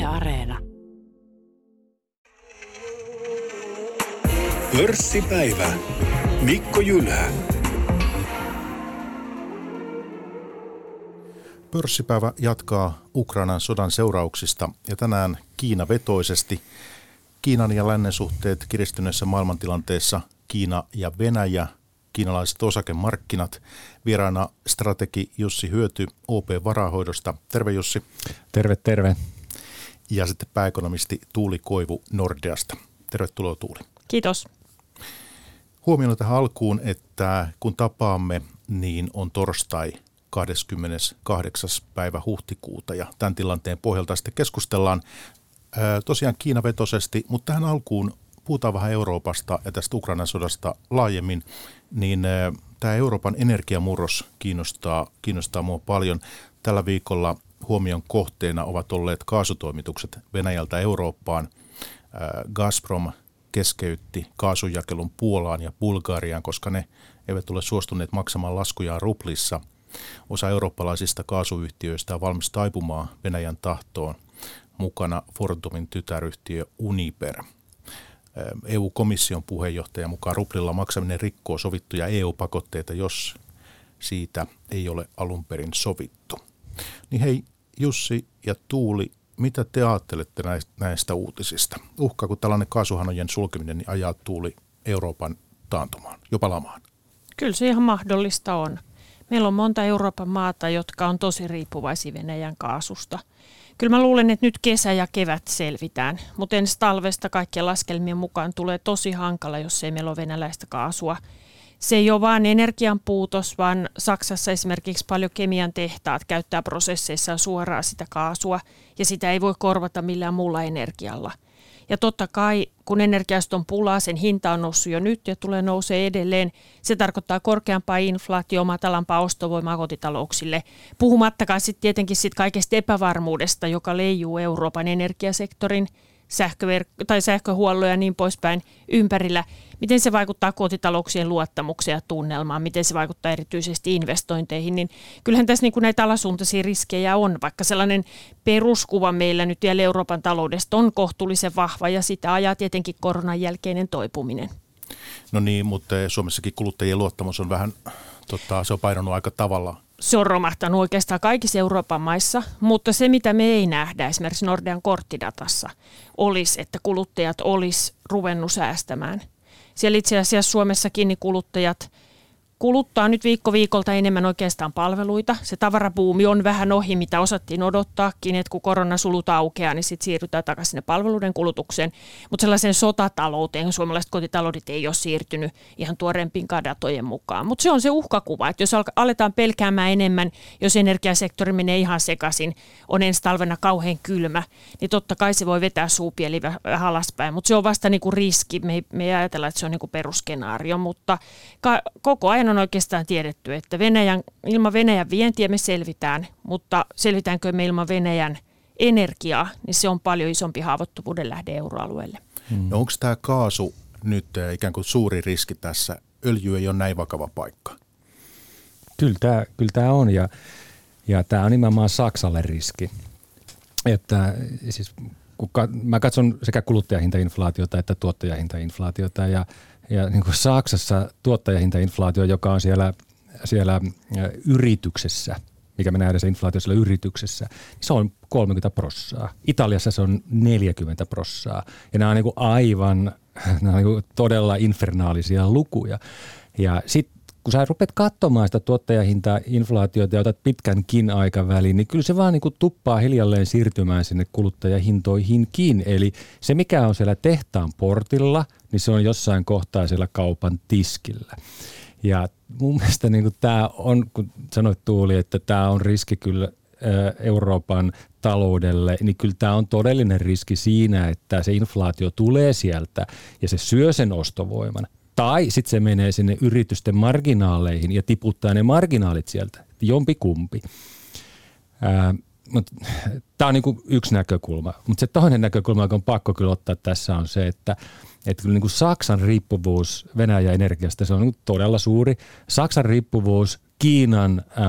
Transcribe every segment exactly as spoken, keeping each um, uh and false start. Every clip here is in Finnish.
Areena. Pörssipäivä. Mikko Jylhä. Pörssipäivä jatkaa Ukrainan sodan seurauksista ja tänään Kiina vetoisesti. Kiinan ja lännen suhteet kiristyneessä maailmantilanteessa, Kiina ja Venäjä, kiinalaiset osakemarkkinat. Vieraana strategi Jussi Hyöty O P-varahoidosta. Terve Jussi. Terve, terve. Ja sitten pääekonomisti Tuuli Koivu Nordeasta. Tervetuloa Tuuli. Kiitos. Huomioon tähän alkuun, että kun tapaamme, niin on torstai kahdeskymmeneskahdeksas päivä huhtikuuta ja tämän tilanteen pohjalta sitten keskustellaan ää, tosiaan Kiina-vetoisesti, mutta tähän alkuun puhutaan vähän Euroopasta ja tästä Ukrainan sodasta laajemmin, niin ää, tämä Euroopan energiamurros kiinnostaa, kiinnostaa mua paljon. Tällä viikolla huomion kohteena ovat olleet kaasutoimitukset Venäjältä Eurooppaan. Ää, Gazprom keskeytti kaasunjakelun Puolaan ja Bulgariaan, koska ne eivät ole suostuneet maksamaan laskujaan ruplissa. Osa eurooppalaisista kaasuyhtiöistä on valmis taipumaan Venäjän tahtoon, mukana Fortumin tytäryhtiö Uniper. E U-komission puheenjohtajan mukaan ruplilla maksaminen rikkoo sovittuja E U-pakotteita, jos siitä ei ole alun perin sovittu. Niin hei Jussi ja Tuuli, mitä te ajattelette näistä uutisista? Uhkaako tällainen kaasuhanojen sulkeminen niin ajaa Tuuli Euroopan taantumaan, jopa lamaan? Kyllä se ihan mahdollista on. Meillä on monta Euroopan maata, jotka on tosi riippuvaisia Venäjän kaasusta. Kyllä mä luulen, että nyt kesä ja kevät selvitään, mutta ensi talvesta kaikkien laskelmien mukaan tulee tosi hankala, jos ei meillä ole venäläistä kaasua. Se ei ole vain energian puutos, vaan Saksassa esimerkiksi paljon kemian tehtaat käyttää prosesseissaan suoraan sitä kaasua ja sitä ei voi korvata millään muulla energialla. Ja totta kai, kun energiasta on pulaa, sen hinta on noussut jo nyt ja tulee nousee edelleen. Se tarkoittaa korkeampaa inflaatioa, matalampaa ostovoimaa kotitalouksille. Puhumattakaan sitten tietenkin sit kaikesta epävarmuudesta, joka leijuu Euroopan energiasektorin, sähköverk- tai sähköhuollon ja niin poispäin ympärillä. Miten se vaikuttaa kotitalouksien luottamukseen ja tunnelmaan, miten se vaikuttaa erityisesti investointeihin, niin kyllähän tässä niin kuin näitä alasuuntaisia riskejä on, vaikka sellainen peruskuva meillä nyt vielä Euroopan taloudesta on kohtuullisen vahva ja sitä ajaa tietenkin koronan jälkeinen toipuminen. No niin, mutta Suomessakin kuluttajien luottamus on vähän, tota, se on painanut aika tavalla. Se on romahtanut oikeastaan kaikissa Euroopan maissa, mutta se mitä me ei nähdä esimerkiksi Nordean korttidatassa olisi, että kuluttajat olisi ruvennut säästämään. Siellä itse asiassa Suomessakin niin kuluttajat kuluttaa nyt viikko viikolta enemmän oikeastaan palveluita. Se tavarabuumi on vähän ohi, mitä osattiin odottaakin, että kun koronasulut aukeaa, niin sitten siirrytään takaisin sinne palveluiden kulutukseen. Mutta sellaiseen sotatalouteen suomalaiset kotitaloudet ei ole siirtynyt ihan tuoreempien datojen mukaan. Mutta se on se uhkakuva, että jos aletaan pelkäämään enemmän, jos energiasektori menee ihan sekaisin, on ensi talvena kauhean kylmä, niin totta kai se voi vetää suupieli vähän alaspäin. Mutta se on vasta niinku riski. Me ei, me ei ajatella, että se on niinku perusskenaario, mutta ka- koko ajan on oikeastaan tiedetty, että Venäjän, ilman Venäjän vientiä me selvitään, mutta selvitäänkö me ilman Venäjän energiaa, niin se on paljon isompi haavoittuvuuden lähde euroalueelle. No onko tämä kaasu nyt ikään kuin suuri riski tässä? Öljy ei ole näin vakava paikka. Kyllä tämä, kyllä tämä on ja, ja tämä on nimenomaan Saksalle riski. Että, siis, kun mä katson sekä kuluttajahintainflaatiota että tuottajahintainflaatiota ja Ja niin kuin Saksassa tuottajahintainflaatio, joka on siellä, siellä yrityksessä, mikä me nähdään se inflaatio siellä yrityksessä, niin se on kolmekymmentä prossaa. Italiassa se on neljäkymmentä prossaa. Ja nämä on niin kuin aivan nämä on niin kuin todella infernaalisia lukuja. Ja sitten kun sä rupeat katsomaan sitä tuottajahintainflaatiota ja otat pitkänkin aikavälin, niin kyllä se vaan niin kuin tuppaa hiljalleen siirtymään sinne kuluttajahintoihinkin. Eli se, mikä on siellä tehtaan portilla, niin se on jossain kohtaa siellä kaupan tiskillä. Ja mun mielestä niin kuin tämä on, kun sanoit Tuuli, että tämä on riski kyllä Euroopan taloudelle, niin kyllä tämä on todellinen riski siinä, että se inflaatio tulee sieltä ja se syö sen ostovoiman. Tai sitten se menee sinne yritysten marginaaleihin ja tiputtaa ne marginaalit sieltä, jompikumpi. Tämä on niinku yksi näkökulma, mutta se toinen näkökulma, joka on pakko kyllä ottaa tässä on se, että että kyllä niin kuin Saksan riippuvuus Venäjän energiasta, se on niin todella suuri. Saksan riippuvuus Kiinan ää,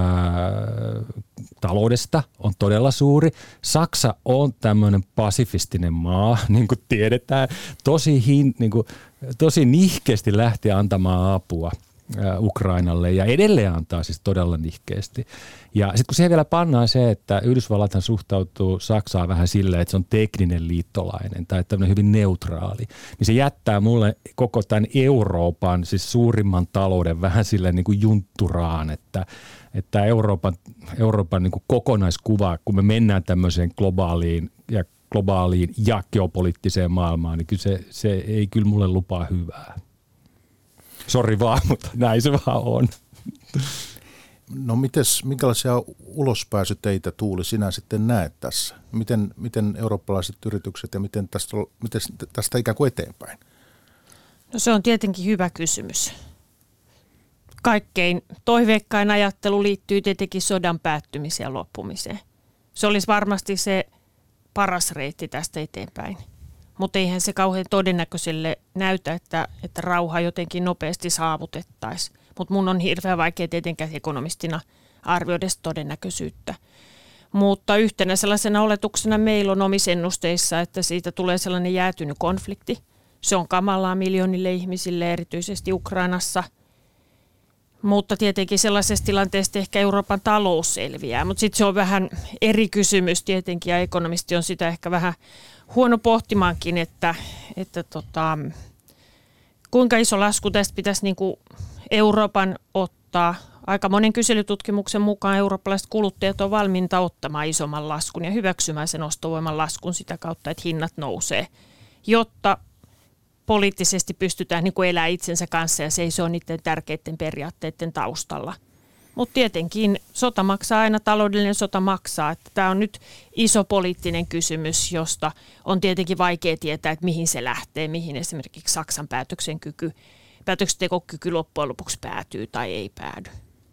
taloudesta on todella suuri. Saksa on tämmöinen pasifistinen maa, niin kuin tiedetään. Tosi, hin, niin kuin, tosi nihkeästi lähti antamaan apua ää, Ukrainalle ja edelleen antaa siis todella nihkeästi. Ja sitten kun siihen vielä pannaan se, että Yhdysvallathan suhtautuu Saksaan vähän silleen, että se on tekninen liittolainen tai tämmöinen hyvin neutraali, niin se jättää mulle koko tämän Euroopan, siis suurimman talouden vähän silleen niin kuin juntturaan, että, että Euroopan, Euroopan niin kuin kokonaiskuva, kun me mennään tämmöiseen globaaliin ja globaaliin ja geopoliittiseen maailmaan, niin kyllä se, se ei kyllä mulle lupaa hyvää. Sori vaan, mutta näin se vaan on. No mites, minkälaisia ulospääsyteitä, Tuuli, sinä sitten näet tässä? Miten, miten eurooppalaiset yritykset ja miten tästä, miten tästä ikään kuin eteenpäin? No se on tietenkin hyvä kysymys. Kaikkein toiveikkain ajattelu liittyy tietenkin sodan päättymiseen ja loppumiseen. Se olisi varmasti se paras reitti tästä eteenpäin. Mutta eihän se kauhean todennäköiselle näytä, että, että rauha jotenkin nopeasti saavutettaisiin. Mutta mun on hirveän vaikea tietenkään ekonomistina arvioida todennäköisyyttä. Mutta yhtenä sellaisena oletuksena meillä on omissa ennusteissa, että siitä tulee sellainen jäätynyt konflikti. Se on kamalaa miljoonille ihmisille, erityisesti Ukrainassa. Mutta tietenkin sellaisessa tilanteessa ehkä Euroopan talous selviää. Mutta sitten se on vähän eri kysymys tietenkin, ja ekonomisti on sitä ehkä vähän huono pohtimaankin, että, että tota, kuinka iso lasku tästä pitäisi niinku Euroopan ottaa. Aika monen kyselytutkimuksen mukaan eurooppalaiset kuluttajat on valmiita ottamaan isomman laskun ja hyväksymään sen ostovoiman laskun sitä kautta, että hinnat nousee, jotta poliittisesti pystytään niin kuin elämään itsensä kanssa ja seisoo niiden tärkeiden periaatteiden taustalla. Mutta tietenkin sota maksaa aina, taloudellinen sota maksaa. Että tämä on nyt iso poliittinen kysymys, josta on tietenkin vaikea tietää, että mihin se lähtee, mihin esimerkiksi Saksan päätöksenkyky, päätöksentekokyky loppujen lopuksi päätyy tai ei päädy.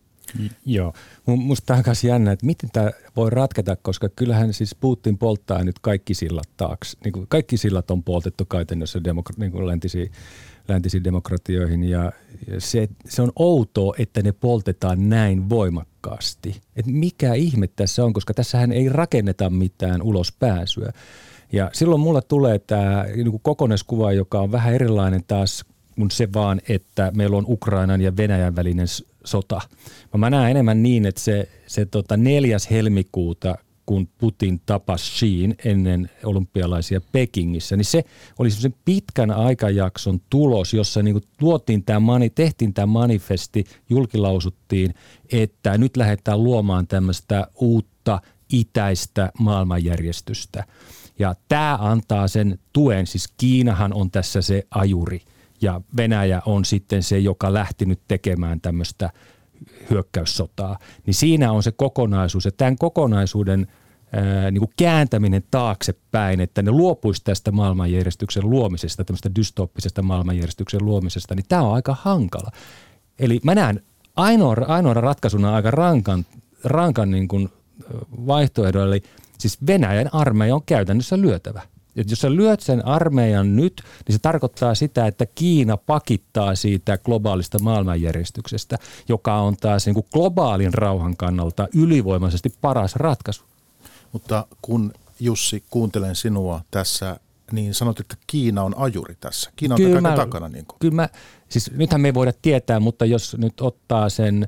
Joo, musta tämä on myös jännä, että miten tämä voi ratketa, koska kyllähän siis Putin polttaa nyt kaikki sillat taakse. Niin kuin kaikki sillat on poltettu käytännössä demokra- niin kuin läntisiin, läntisiin demokratioihin ja se, se on outoa, että ne poltetaan näin voimakkaasti. Et mikä ihme tässä on, koska tässähän ei rakenneta mitään ulospääsyä. Ja silloin mulla tulee tämä niin kuin kokonaiskuva, joka on vähän erilainen taas kuin se vaan, että meillä on Ukrainan ja Venäjän välinen sota. Mä näen enemmän niin, että se, se tota neljäs helmikuuta, kun Putin tapasi Xiin ennen olympialaisia Pekingissä, niin se oli semmoisen pitkän aikajakson tulos, jossa niinku tuotiin tämä mani, tehtiin tämä manifesti, julkilausuttiin, että nyt lähdetään luomaan tämmöistä uutta itäistä maailmanjärjestystä. Ja tämä antaa sen tuen, siis Kiinahan on tässä se ajuri. Ja Venäjä on sitten se, joka lähti nyt tekemään tämmöistä hyökkäyssotaa. Niin siinä on se kokonaisuus. Ja tämän kokonaisuuden ää, niin kuin kääntäminen taaksepäin, että ne luopuisi tästä maailmanjärjestyksen luomisesta, tämmöistä dystoppisesta maailmanjärjestyksen luomisesta, niin tämä on aika hankala. Eli mä näen ainoa, ainoa ratkaisuna aika rankan, rankan niin kuin vaihtoehdon, eli siis Venäjän armeija on käytännössä lyötävä. Et jos sä lyöt sen armeijan nyt, niin se tarkoittaa sitä, että Kiina pakittaa siitä globaalista maailmanjärjestyksestä, joka on taas niin kuin globaalin rauhan kannalta ylivoimaisesti paras ratkaisu. Mutta kun Jussi, kuuntelen sinua tässä, niin sanot, että Kiina on ajuri tässä. Kiina on kyllä kaiken mä, takana. Niin kuin. Kyllä mä, siis nythän me ei voida tietää, mutta jos nyt ottaa sen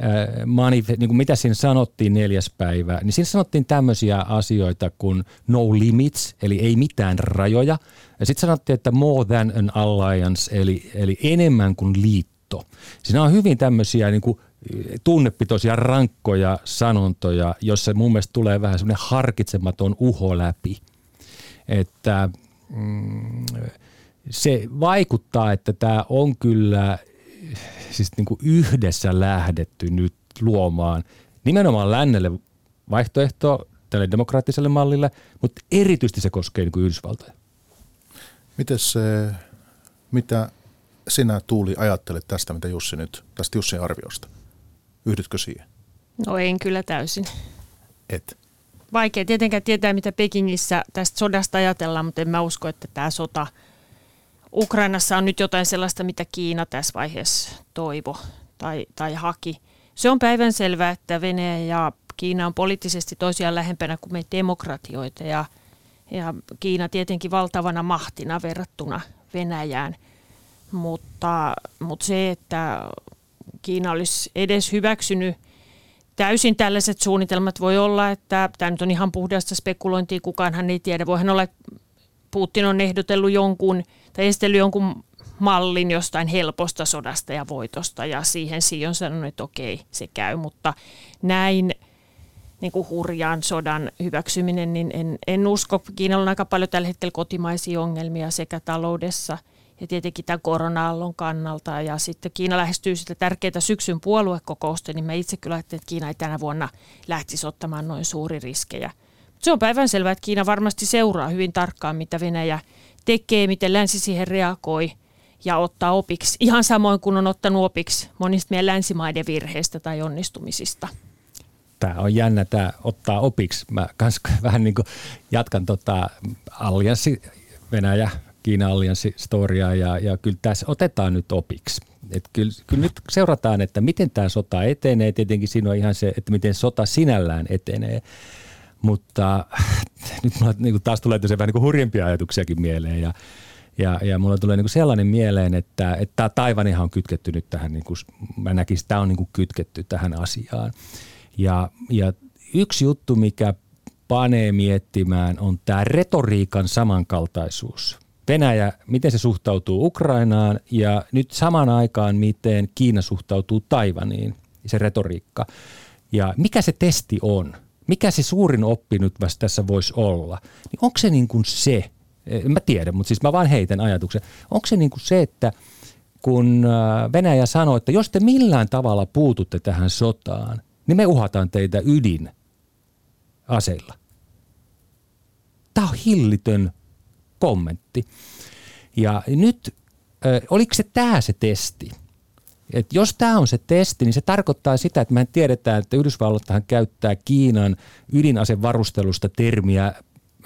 Manif- niin kuin mitä siinä sanottiin neljäs päivä, niin siinä sanottiin tämmöisiä asioita kuin no limits, eli ei mitään rajoja. Ja sitten sanottiin, että more than an alliance, eli, eli enemmän kuin liitto. Siinä on hyvin tämmöisiä niin kuin tunnepitoisia rankkoja sanontoja, jossa mun mielestä tulee vähän semmoinen harkitsematon uho läpi. Että mm, se vaikuttaa, että tämä on kyllä siis niin kuin yhdessä lähdetty nyt luomaan nimenomaan lännelle vaihtoehtoa tälle demokraattiselle mallille, mutta erityisesti se koskee niin kuin Yhdysvaltoja. Mites, mitä sinä, Tuuli, ajattelet tästä, mitä Jussi nyt, tästä Jussin arviosta? Yhdytkö siihen? No en kyllä täysin. Et? Vaikea tietenkään tietää, mitä Pekingissä tästä sodasta ajatellaan, mutta en mä usko, että tämä sota Ukrainassa on nyt jotain sellaista, mitä Kiina tässä vaiheessa toivo tai, tai haki. Se on päivänselvää, että Venäjä ja Kiina on poliittisesti toisiaan lähempänä kuin me demokratioita ja, ja Kiina tietenkin valtavana mahtina verrattuna Venäjään, mutta, mutta se, että Kiina olisi edes hyväksynyt täysin tällaiset suunnitelmat, voi olla, että tämä nyt on ihan puhdasta spekulointia, kukaanhan ei tiedä. Voihan olla, että Putin on ehdotellut jonkun tai estellyt jonkun mallin jostain helposta sodasta ja voitosta ja siihen Xi on sanonut, että okei, se käy, mutta näin niin kuin hurjaan sodan hyväksyminen, niin en, en usko. Kiinalla on aika paljon tällä hetkellä kotimaisia ongelmia sekä taloudessa ja tietenkin tämän korona-aallon kannalta. Ja sitten Kiina lähestyy sitä tärkeää syksyn puoluekokousta, niin mä itse kyllä ajattelin, että Kiina ei tänä vuonna lähtisi ottamaan noin suuri riskejä. Se on päivänselvää, että Kiina varmasti seuraa hyvin tarkkaan, mitä Venäjä tekee, miten länsi siihen reagoi ja ottaa opiksi. Ihan samoin kuin on ottanut opiksi monista meidän länsimaiden virheistä tai onnistumisista. Tämä on jännä, tämä ottaa opiksi. Mä kans vähän niin kuin jatkan tota allianssi, Venäjä, Kiina-allianssistoriaa ja, ja kyllä tässä otetaan nyt opiksi. Et kyllä, kyllä nyt seurataan, että miten tämä sota etenee. Tietenkin siinä on ihan se, että miten sota sinällään etenee. Mutta nyt mulla niin kuin taas tulee se vähän niin kuin hurjempia ajatuksiakin mieleen ja, ja, ja mulla tulee niin kuin sellainen mieleen, että, että tämä Taiwanihan on kytketty nyt tähän, niin kuin, mä näkisin, että tämä on niin kuin kytketty tähän asiaan. Ja, ja yksi juttu, mikä panee miettimään, on tämä retoriikan samankaltaisuus. Venäjä, miten se suhtautuu Ukrainaan ja nyt samaan aikaan, miten Kiina suhtautuu Taiwaniin, se retoriikka. Ja mikä se testi on? Mikä se suurin oppi nyt vasta tässä voisi olla? Niin onko se niin kuin se, en mä tiedä, mutta siis mä vaan heitän ajatuksen. Onko se niin kuin se, että kun Venäjä sanoo, että jos te millään tavalla puututte tähän sotaan, niin me uhataan teitä ydinaseilla. Tämä on hillitön kommentti. Ja nyt, äh, oliko se tämä se testi? Et jos tämä on se testi, niin se tarkoittaa sitä, että mehän tiedetään, että Yhdysvallathan käyttää Kiinan ydinasevarustelusta termiä äh,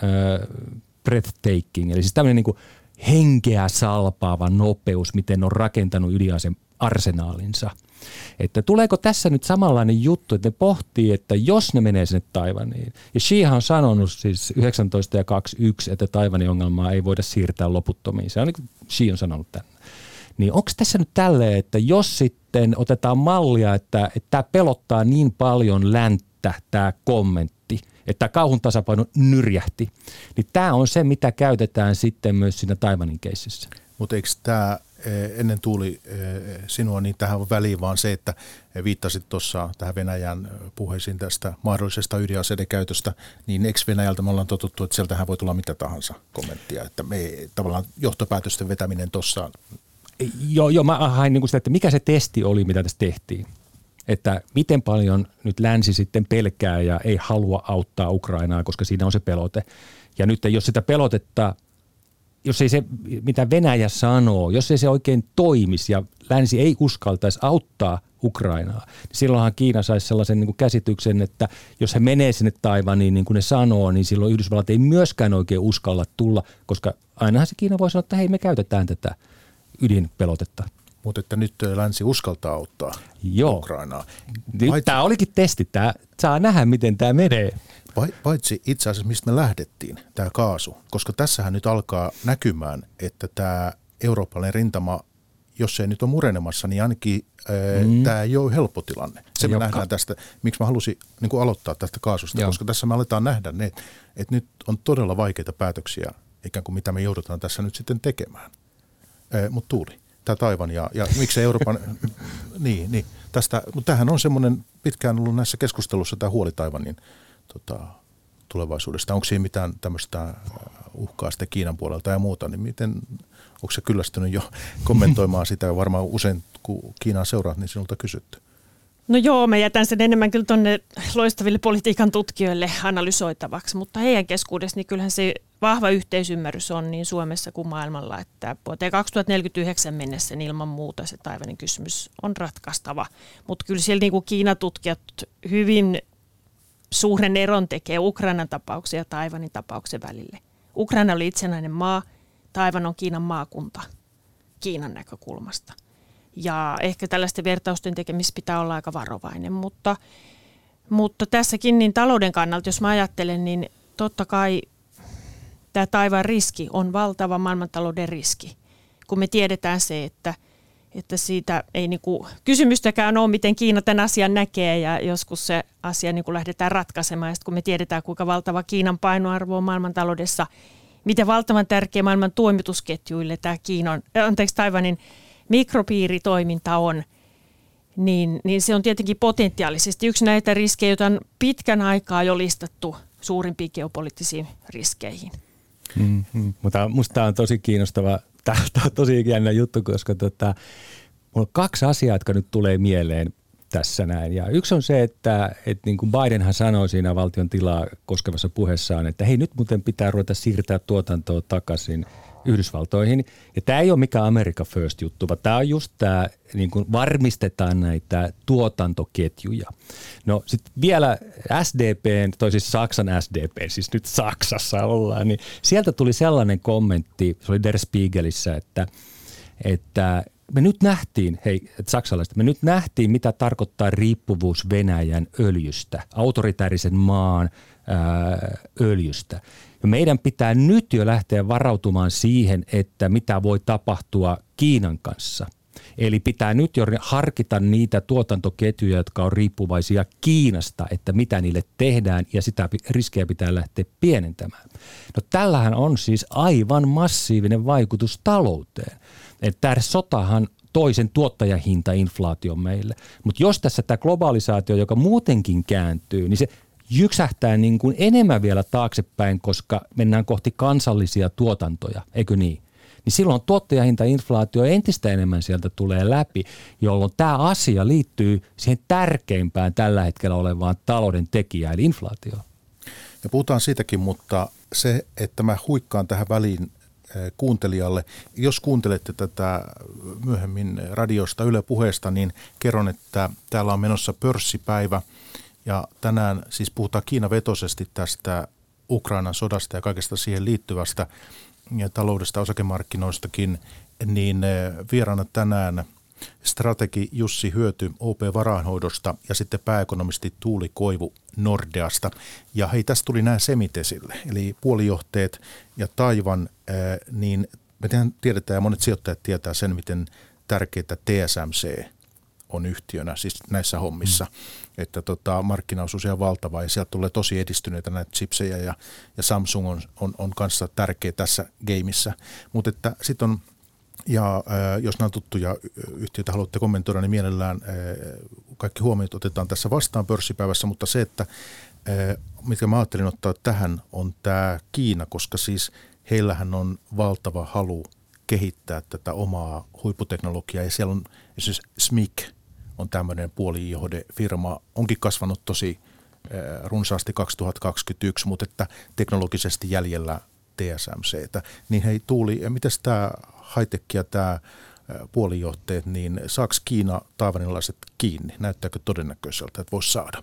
breathtaking, eli siis tämmöinen niin kuin henkeä salpaava nopeus, miten on rakentanut ydinasearsenaalinsa. Että tuleeko tässä nyt samanlainen juttu, että ne pohtii, että jos ne menee sinne Taiwaniin, ja Xihan on sanonut siis yhdeksäntoista ja kaksikymmentäyksi, että Taiwanin ongelmaa ei voida siirtää loputtomiin. Se on niin kuin Xi on sanonut tämän. Niin onko tässä nyt tälleen, että jos sitten otetaan mallia, että, että tämä pelottaa niin paljon länttä, tämä kommentti, että tämä kauhun tasapaino nyrjähti, niin tämä on se, mitä käytetään sitten myös siinä Taiwanin keississä. Mutta eikö tämä ennen Tuuli sinua niin tähän väliin vaan se, että viittasit tuossa tähän Venäjän puheisiin tästä mahdollisesta ydinaseiden käytöstä, niin eikö Venäjältä me ollaan totuttu, että sieltähän voi tulla mitä tahansa kommenttia, että me tavallaan johtopäätösten vetäminen tuossa. Joo, joo, mä hain niin kuin sitä, että mikä se testi oli, mitä tässä tehtiin. Että miten paljon nyt länsi sitten pelkää ja ei halua auttaa Ukrainaa, koska siinä on se pelote. Ja nyt jos sitä pelotetta, jos ei se, mitä Venäjä sanoo, jos ei se oikein toimisi ja länsi ei uskaltaisi auttaa Ukrainaa, niin silloinhan Kiina saisi sellaisen niin kuin käsityksen, että jos he menee sinne Taiwaniin, niin kuin ne sanoo, niin silloin Yhdysvallat ei myöskään oikein uskalla tulla, koska ainahan se Kiina voi sanoa, että hei, me käytetään tätä ydinpelotetta. Mutta että nyt länsi uskaltaa auttaa Joo. Ukrainaa. Paitsi, tämä olikin testi. Tämä saa nähdä, miten tämä menee. Paitsi itse asiassa, mistä me lähdettiin, tämä kaasu. Koska tässähän nyt alkaa näkymään, että tämä eurooppalainen rintama, jos se ei nyt ole murenemassa, niin ainakin mm. tämä ei ole helppo tilanne. Se me Joka. nähdään tästä, miksi mä halusin niin kuin aloittaa tästä kaasusta, Joo. koska tässä me aletaan nähdä ne, että nyt on todella vaikeita päätöksiä, ikään kuin mitä me joudutaan tässä nyt sitten tekemään. Mutta Tuuli. Tämä Taiwan ja, ja miksi Euroopan, niin, niin tästä, mutta tämähän on semmoinen pitkään ollut näissä keskustelussa tämä huoli Taiwanin tota, tulevaisuudesta. Onko siinä mitään tämmöistä uhkaa sitten Kiinan puolelta ja muuta, niin miten, onko se kyllästynyt jo kommentoimaan sitä ja varmaan usein kun Kiinaa seuraat, niin sinulta kysytty? No joo, mä jätän sen enemmän kyllä tuonne loistaville politiikan tutkijoille analysoitavaksi, mutta heidän keskuudessa niin kyllähän se vahva yhteisymmärrys on niin Suomessa kuin maailmalla, että vuoteen kaksituhattaneljäkymmentäyhdeksän mennessä niin ilman muuta se Taiwanin kysymys on ratkaistava. Mutta kyllä siellä niin kuin Kiina-tutkijat hyvin suuren eron tekee Ukrainan tapauksen ja Taiwanin tapauksen välille. Ukraina oli itsenäinen maa, Taiwan on Kiinan maakunta Kiinan näkökulmasta. Ja ehkä tällaisten vertausten tekemistä pitää olla aika varovainen, mutta, mutta tässäkin niin talouden kannalta, jos mä ajattelen, niin totta kai tämä taivaan riski on valtava maailmantalouden riski, kun me tiedetään se, että, että siitä ei niinku kysymystäkään ole, miten Kiina tämän asian näkee ja joskus se asia niinku lähdetään ratkaisemaan. Ja sitten kun me tiedetään, kuinka valtava Kiinan painoarvo on maailmantaloudessa, miten valtavan tärkeä maailman toimitusketjuille tämä Kiinan, anteeksi Taiwanin mikropiiritoiminta on, niin, niin se on tietenkin potentiaalisesti yksi näitä riskejä, joita on pitkän aikaa jo listattu suurimpiin geopoliittisiin riskeihin. Mm-hmm. Mutta musta tämä on tosi kiinnostava, tämä on tosi jännä juttu, koska tota, mulla on kaksi asiaa, jotka nyt tulee mieleen tässä näin. Ja yksi on se, että, että niin kuin Bidenhan sanoi siinä valtion tilaa koskevassa puheessaan, että hei, nyt muuten pitää ruveta siirtää tuotantoa takaisin Yhdysvaltoihin. Ja tämä ei ole mikään America First juttu, vaan tämä on just tämä, niin kuin varmistetaan näitä tuotantoketjuja. No sitten vielä S D P, toi siis Saksan S D P, siis nyt Saksassa ollaan, niin sieltä tuli sellainen kommentti, se oli Der Spiegelissä, että, että me nyt nähtiin, hei saksalaiset, me nyt nähtiin, mitä tarkoittaa riippuvuus Venäjän öljystä, autoritäärisen maan ää, öljystä. Ja meidän pitää nyt jo lähteä varautumaan siihen, että mitä voi tapahtua Kiinan kanssa. Eli pitää nyt jo harkita niitä tuotantoketjuja, jotka on riippuvaisia Kiinasta, että mitä niille tehdään ja sitä riskejä pitää lähteä pienentämään. No tällähän on siis aivan massiivinen vaikutus talouteen. Että tämä sotahan toisen tuottajahintainflaation meille. Mutta jos tässä tämä globalisaatio, joka muutenkin kääntyy, niin se jyksähtää niin kuin enemmän vielä taaksepäin, koska mennään kohti kansallisia tuotantoja, eikö niin? Niin silloin tuottajahintainflaatio entistä enemmän sieltä tulee läpi, jolloin tämä asia liittyy siihen tärkeimpään tällä hetkellä olevaan talouden tekijään, eli inflaatioon. Ja puhutaan siitäkin, mutta se, että mä huikkaan tähän väliin kuuntelijalle. Jos kuuntelette tätä myöhemmin radiosta Yle Puheesta, niin kerron, että täällä on menossa pörssipäivä ja tänään siis puhutaan Kiina-vetoisesti tästä Ukrainan sodasta ja kaikesta siihen liittyvästä ja taloudesta, osakemarkkinoistakin, niin vieraana tänään strategi Jussi Hyöty O P-varainhoidosta ja sitten pääekonomisti Tuuli Koivu Nordeasta. Ja hei, tässä tuli nämä semit esille, eli puolijohteet ja Taiwan, niin me tiedetään ja monet sijoittajat tietää sen, miten tärkeää T S M C on yhtiönä siis näissä hommissa, mm. että tota, markkinaosuus on valtava ja sieltä tulee tosi edistyneitä näitä chipsejä ja, ja Samsung on, on, on kanssa tärkeä tässä gameissa, mutta että sitten on ja äh, jos nämä on tuttuja yhtiöitä haluatte kommentoida, niin mielellään äh, kaikki huomiot otetaan tässä vastaan pörssipäivässä, mutta se, että äh, mitkä mä ajattelin ottaa tähän on tämä Kiina, koska siis heillähän on valtava halu kehittää tätä omaa huipputeknologiaa ja siellä on esimerkiksi S M I C on tämmöinen puolijohdefirma, onkin kasvanut tosi äh, runsaasti kaksituhattakaksikymmentäyksi, mutta että teknologisesti jäljellä T S M C:tä. Niin hei Tuuli, mitäs tämä high-tech ja tämä puolijohteet, niin saako Kiina taiwanilaiset kiinni? Näyttääkö todennäköiseltä, että voisi saada?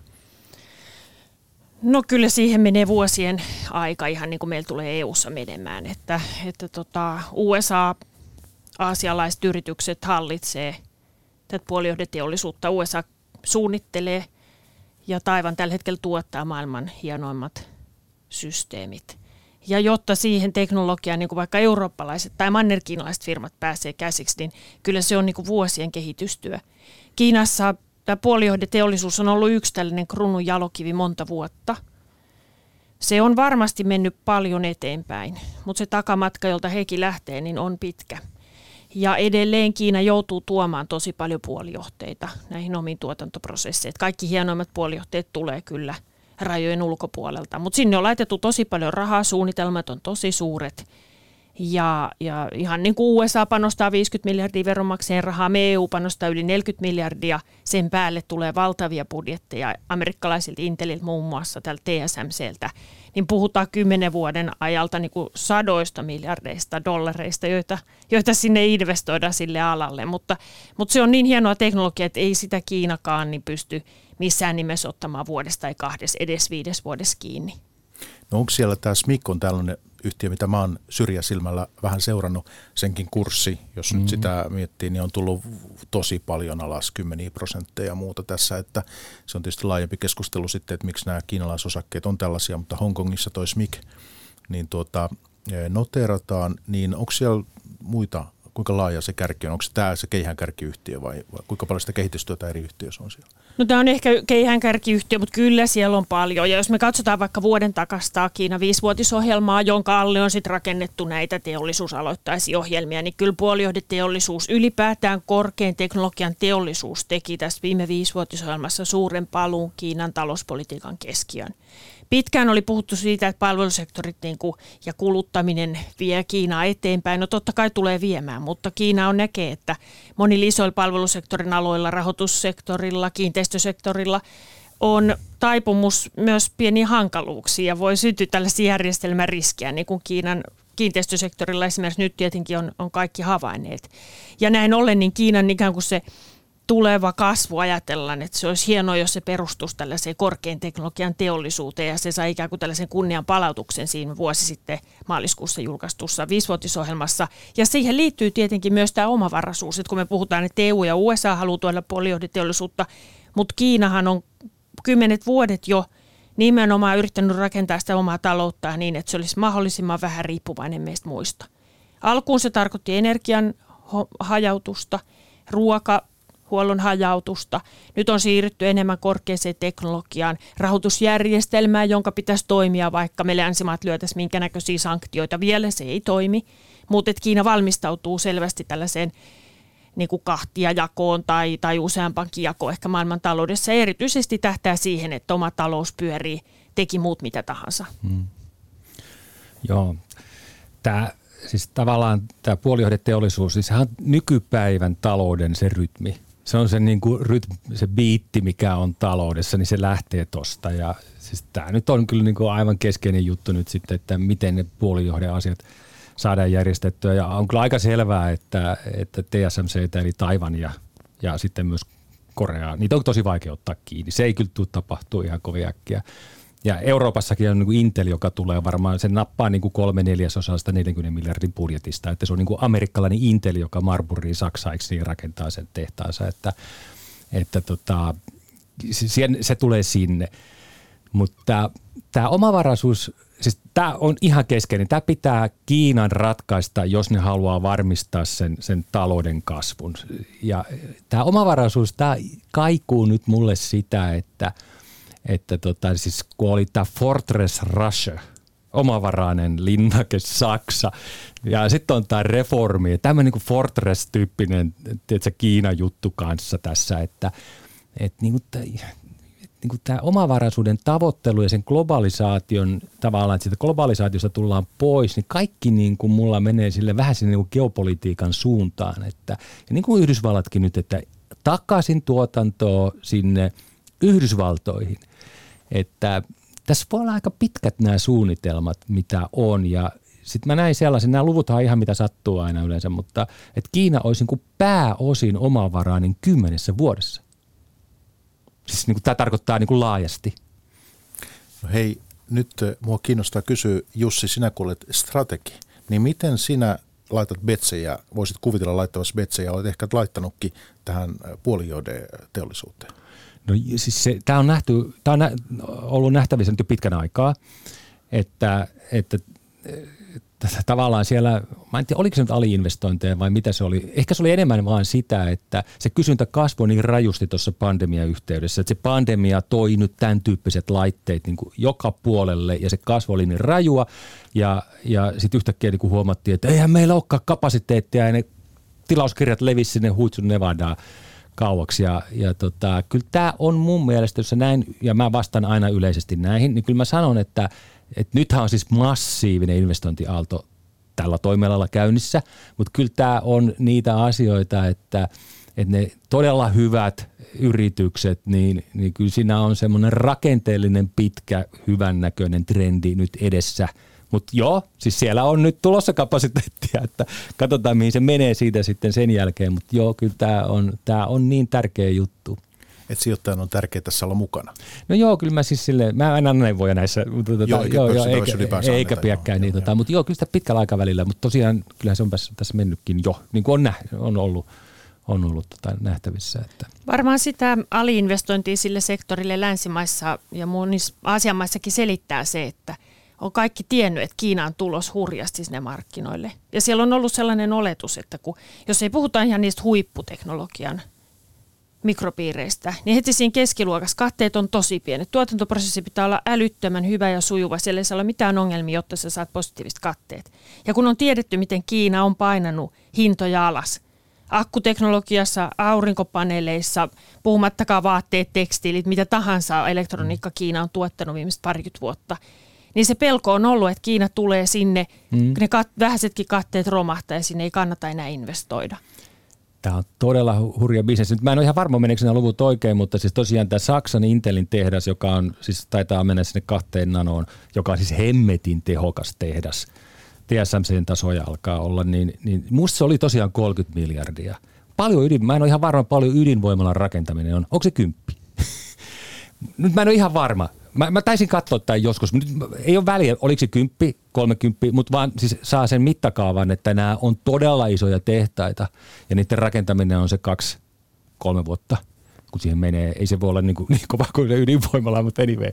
No kyllä siihen menee vuosien aika, ihan niin kuin meillä tulee E U:ssa menemään, että, että tota, U S A, aasialaiset yritykset hallitsee tätä puolijohdeteollisuutta. U S A suunnittelee ja Taiwan tällä hetkellä tuottaa maailman hienoimmat systeemit. Ja jotta siihen teknologiaan niin kuin vaikka eurooppalaiset tai mannerkiinalaiset firmat pääsee käsiksi, niin kyllä se on niin kuin vuosien kehitystyö. Kiinassa tämä puolijohdeteollisuus on ollut yksi tällainen kruunun jalokivi monta vuotta. Se on varmasti mennyt paljon eteenpäin, mutta se takamatka, jolta hekin lähtee, niin on pitkä. Ja edelleen Kiina joutuu tuomaan tosi paljon puolijohteita näihin omiin tuotantoprosesseihin. Kaikki hienoimmat puolijohteet tulee kyllä rajojen ulkopuolelta, mutta sinne on laitettu tosi paljon rahaa, suunnitelmat on tosi suuret ja, ja ihan niin kuin U S A panostaa viisikymmentä miljardia veronmaksajien rahaa, me E U panostaa yli neljäkymmentä miljardia, sen päälle tulee valtavia budjetteja amerikkalaisilta Inteliltä muun muassa tältä T S M C:ltä, niin puhutaan kymmenen vuoden ajalta niin kuin sadoista miljardeista dollareista, joita, joita sinne investoidaan sille alalle, mutta, mutta se on niin hienoa teknologiaa, että ei sitä Kiinakaan niin pysty missään nimessä ottamaan vuodesta tai kahdessa, edes viides vuodessa kiinni. No onko siellä tämä S M I C on tällainen yhtiö, mitä mä oon syrjäsilmällä vähän seurannut, senkin kurssi, jos mm-hmm. nyt sitä miettii, niin on tullut tosi paljon alas, kymmeniä prosentteja ja muuta tässä, että se on tietysti laajempi keskustelu sitten, että miksi nämä kiinalaisosakkeet on tällaisia, mutta Hongkongissa toi S M I C, niin tuota, noterataan, niin onko siellä muita, kuinka laaja se kärki on, onko se tämä se keihäänkärkiyhtiö vai, vai kuinka paljon sitä kehitystyötä eri yhtiöissä on siellä? No tämä on ehkä keihäänkärkiyhtiö, mutta kyllä siellä on paljon. Ja jos me katsotaan vaikka vuoden takasta Kiinan viisivuotisohjelmaa, jonka alle on sitten rakennettu näitä teollisuusaloittaisia ohjelmia, niin kyllä puolijohdeteollisuus, ylipäätään korkean teknologian teollisuus teki tässä viime viisivuotisohjelmassa suuren paluun Kiinan talouspolitiikan keskiöön. Pitkään oli puhuttu siitä, että palvelusektorit niin kuin, ja kuluttaminen vie Kiinaa eteenpäin. No totta kai tulee viemään, mutta Kiina on näkee, että monilla isoilla palvelusektorin aloilla, rahoitussektorilla, kiinteistösektorilla on taipumus myös pieniä hankaluuksia ja voi syntyä tällaisia järjestelmäriskejä, niin kuin Kiinan kiinteistösektorilla esimerkiksi nyt tietenkin on, on kaikki havainneet. Ja näin ollen niin Kiinan ikään kuin se tuleva kasvu ajatellaan, että se olisi hienoa, jos se perustuisi tällaiseen korkean teknologian teollisuuteen ja se sai ikään kuin tällaisen kunnian palautuksen siinä vuosi sitten maaliskuussa julkaistussa viisivuotisohjelmassa. Ja siihen liittyy tietenkin myös tämä omavaraisuus, että kun me puhutaan, että E U ja U S A haluaa tuoda puolijohdeteollisuutta, mutta Kiinahan on kymmenet vuodet jo nimenomaan yrittänyt rakentaa sitä omaa talouttaan niin, että se olisi mahdollisimman vähän riippuvainen meistä muista. Alkuun se tarkoitti energian hajautusta, ruoka huollon hajautusta. Nyt on siirrytty enemmän korkeaseen teknologiaan, rahoitusjärjestelmään, jonka pitäisi toimia, vaikka me länsimaat lyötäisiin minkä näköisiä sanktioita. Vielä se ei toimi, mutta Kiina valmistautuu selvästi tällaiseen niin kuin kahtia jakoon tai, tai useampankin jakoon ehkä maailman taloudessa. Ja erityisesti tähtää siihen, että oma talous pyörii, teki muut mitä tahansa. Hmm. Joo, tämä siis tavallaan tämä puolijohdeteollisuus, siis sehän on nykypäivän talouden se rytmi. Se on se, niin kuin rytmi, se biitti, mikä on taloudessa, niin se lähtee tosta. Ja siis tämä nyt on kyllä niin kuin aivan keskeinen juttu nyt sitten, että miten ne puolijohden asiat saadaan järjestettyä. Ja on kyllä aika selvää, että, että T S M C eli Taiwan ja, ja sitten myös Korea, niitä on tosi vaikea ottaa kiinni. Se ei kyllä tule tapahtuu ihan kovin äkkiä. Ja Euroopassakin on niin kuin Intel, joka tulee varmaan, se nappaa niin kuin kolme neljäsosaa sitä neljänkymmenen miljardin budjetista. Että se on niin kuin amerikkalainen Intel, joka Marburgiin Saksaiksi niin rakentaa sen tehtaansa. Että, että tota, se, se tulee sinne. Mutta tämä omavaraisuus, siis tämä on ihan keskeinen. Tämä pitää Kiinan ratkaista, jos ne haluaa varmistaa sen, sen talouden kasvun. Ja tämä omavaraisuus, tämä kaikuu nyt mulle sitä, että Että tota, siis kun oli tämä Fortress Russia, omavarainen linnake Saksa, ja sitten on tämä reformi, ja tämmöinen niin kuin Fortress-tyyppinen tiedätkö, Kiinan juttu kanssa tässä, että et, niin kuin, niin kuin tämä omavaraisuuden tavoittelu ja sen globalisaation, tavallaan, että siitä globalisaatiosta tullaan pois, niin kaikki niin kuin mulla menee sille vähän sinne niin kuin geopolitiikan suuntaan, että, ja niin kuin Yhdysvallatkin nyt, että takaisin tuotantoa sinne Yhdysvaltoihin. Että tässä voi olla aika pitkät nämä suunnitelmat, mitä on. Ja sitten mä näin sellaisen, nämä luvuthan on ihan mitä sattuu aina yleensä, mutta että Kiina olisi niin kuin pääosin omavarainen kymmenessä vuodessa. Siis niin kuin tämä tarkoittaa niin kuin laajasti. No hei, nyt mua kiinnostaa kysyä, Jussi, sinä kun olet strategi, niin miten sinä laitat betsejä, voisit kuvitella laittavasi betsejä, olet ehkä laittanutkin tähän puolijohdeteollisuuteen? No siis se, tämä on, nähty, tämä on nä, ollut nähtävissä nyt jo pitkän aikaa, että, että, että tavallaan siellä, mä en tiedä oliko se nyt aliinvestointeja vai mitä se oli, ehkä se oli enemmän vaan sitä, että se kysyntä kasvoi niin rajusti tuossa pandemiayhteydessä, että se pandemia toi nyt tämän tyyppiset laitteet niin kuin joka puolelle ja se kasvu oli niin rajua ja, ja sitten yhtäkkiä niin kuin huomattiin, että eihän meillä olekaan kapasiteettia ja ne tilauskirjat levisi sinne Huitsun Nevadaan kauaksi ja, ja tota, kyllä tämä on mun mielestä, jos näin, ja mä vastaan aina yleisesti näihin, niin kyllä mä sanon, että, että nythän on siis massiivinen investointiaalto tällä toimialalla käynnissä, mutta kyllä tämä on niitä asioita, että, että ne todella hyvät yritykset, niin, niin kyllä siinä on semmoinen rakenteellinen pitkä hyvännäköinen trendi nyt edessä. Mutta joo, siis siellä on nyt tulossa kapasiteettia, että katsotaan mihin se menee siitä sitten sen jälkeen, mutta joo, kyllä tämä on, tää on niin tärkeä juttu. että sijoittajan on tärkeää tässä olla mukana. No joo, kyllä mä siis silleen, mä en anna neuvoja näissä, mutta tota, joo, joo, joo, eikä, eikä, eikä piäkkään niin, tota, mutta joo, kyllä sitä pitkällä aikavälillä, mutta tosiaan kyllähän se on tässä mennytkin jo, niin kuin on, nä, on ollut, on ollut tota, nähtävissä. Että. Varmaan sitä aliinvestointia sille sektorille länsimaissa ja monissa Aasian maissakin selittää se, että on kaikki tiennyt, että Kiina on tulos hurjasti sinne markkinoille. Ja siellä on ollut sellainen oletus, että kun, jos ei puhuta ihan niistä huipputeknologian mikropiireistä, niin heti siinä keskiluokassa katteet on tosi pienet. Tuotantoprosessi pitää olla älyttömän hyvä ja sujuva. Siellä ei saa olla mitään ongelmia, jotta sä saat positiiviset katteet. Ja kun on tiedetty, miten Kiina on painanut hintoja alas, akkuteknologiassa, aurinkopaneeleissa, puhumattakaan vaatteet, tekstiilit, mitä tahansa elektroniikka Kiina on tuottanut viimeiset parikymmentä vuotta, niin se pelko on ollut, että Kiina tulee sinne, mm. ne kat- vähäisetkin katteet romahtaa ja sinne ei kannata enää investoida. Tämä on todella hurja bisnes. Nyt mä en ole ihan varma, meneekö nämä luvut oikein, mutta siis tosiaan tämä Saksan Intelin tehdas, joka on, siis taitaa mennä sinne kahteen nanoon, joka on siis hemmetin tehokas tehdas. T S M C:n tasoja alkaa olla, niin, niin musta se oli tosiaan kolmekymmentä miljardia. Paljon ydin, mä en ole ihan varma, paljon ydinvoimalan rakentaminen on. Onko se kymppi? Nyt mä en ole ihan varma. Mä, mä taisin katsoa tämän joskus. Nyt ei ole väliä, oliko se kymppi, kolmekymppi, mutta vaan siis saa sen mittakaavan, että nämä on todella isoja tehtaita ja niiden rakentaminen on se kaksi, kolme vuotta, kun siihen menee. Ei se voi olla niin, kuin, niin kova kuin ydinvoimala, mutta anyway.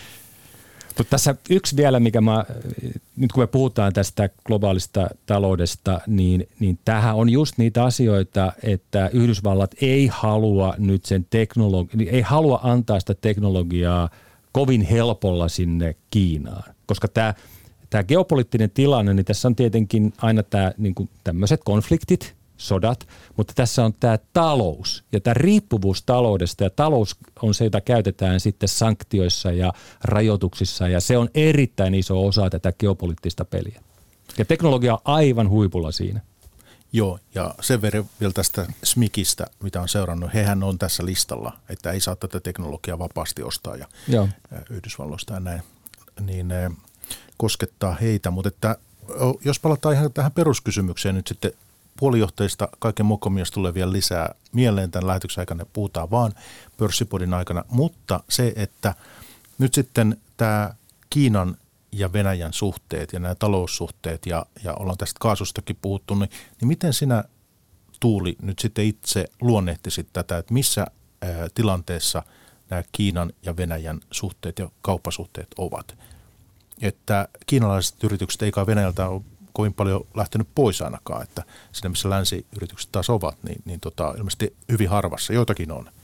Mutta tässä yksi vielä, mikä mä, nyt kun me puhutaan tästä globaalista taloudesta, niin, niin tämähän on just niitä asioita, että Yhdysvallat ei halua nyt sen teknologi- ei halua antaa sitä teknologiaa kovin helpolla sinne Kiinaan, koska tämä, tämä geopoliittinen tilanne, niin tässä on tietenkin aina tämä, niin kuin tämmöiset konfliktit, sodat, mutta tässä on tämä talous ja tämä riippuvuus taloudesta ja talous on se, jota käytetään sitten sanktioissa ja rajoituksissa ja se on erittäin iso osa tätä geopoliittista peliä. Ja teknologia on aivan huipulla siinä. Joo, ja sen verran vielä tästä S M I Cistä, mitä on seurannut, hehän on tässä listalla, että ei saa tätä teknologiaa vapaasti ostaa ja Joo. Yhdysvalloista ja näin, niin koskettaa heitä. Mutta että, jos palataan ihan tähän peruskysymykseen nyt sitten, puolijohteista kaiken mokomia tulee vielä lisää mieleen tämän lähetyksen aikana, puhutaan vaan pörssipodin aikana, mutta se, että nyt sitten tämä Kiinan ja Venäjän suhteet ja nämä taloussuhteet ja, ja ollaan tästä kaasustakin puhuttu, niin, niin miten sinä Tuuli nyt sitten itse luonnehtisit tätä, että missä ää, tilanteessa nämä Kiinan ja Venäjän suhteet ja kauppasuhteet ovat? Että kiinalaiset yritykset eikä Venäjältä ole kovin paljon lähtenyt pois ainakaan, että siinä missä länsiyritykset taas ovat, niin, niin tota, ilmeisesti hyvin harvassa, joitakin on.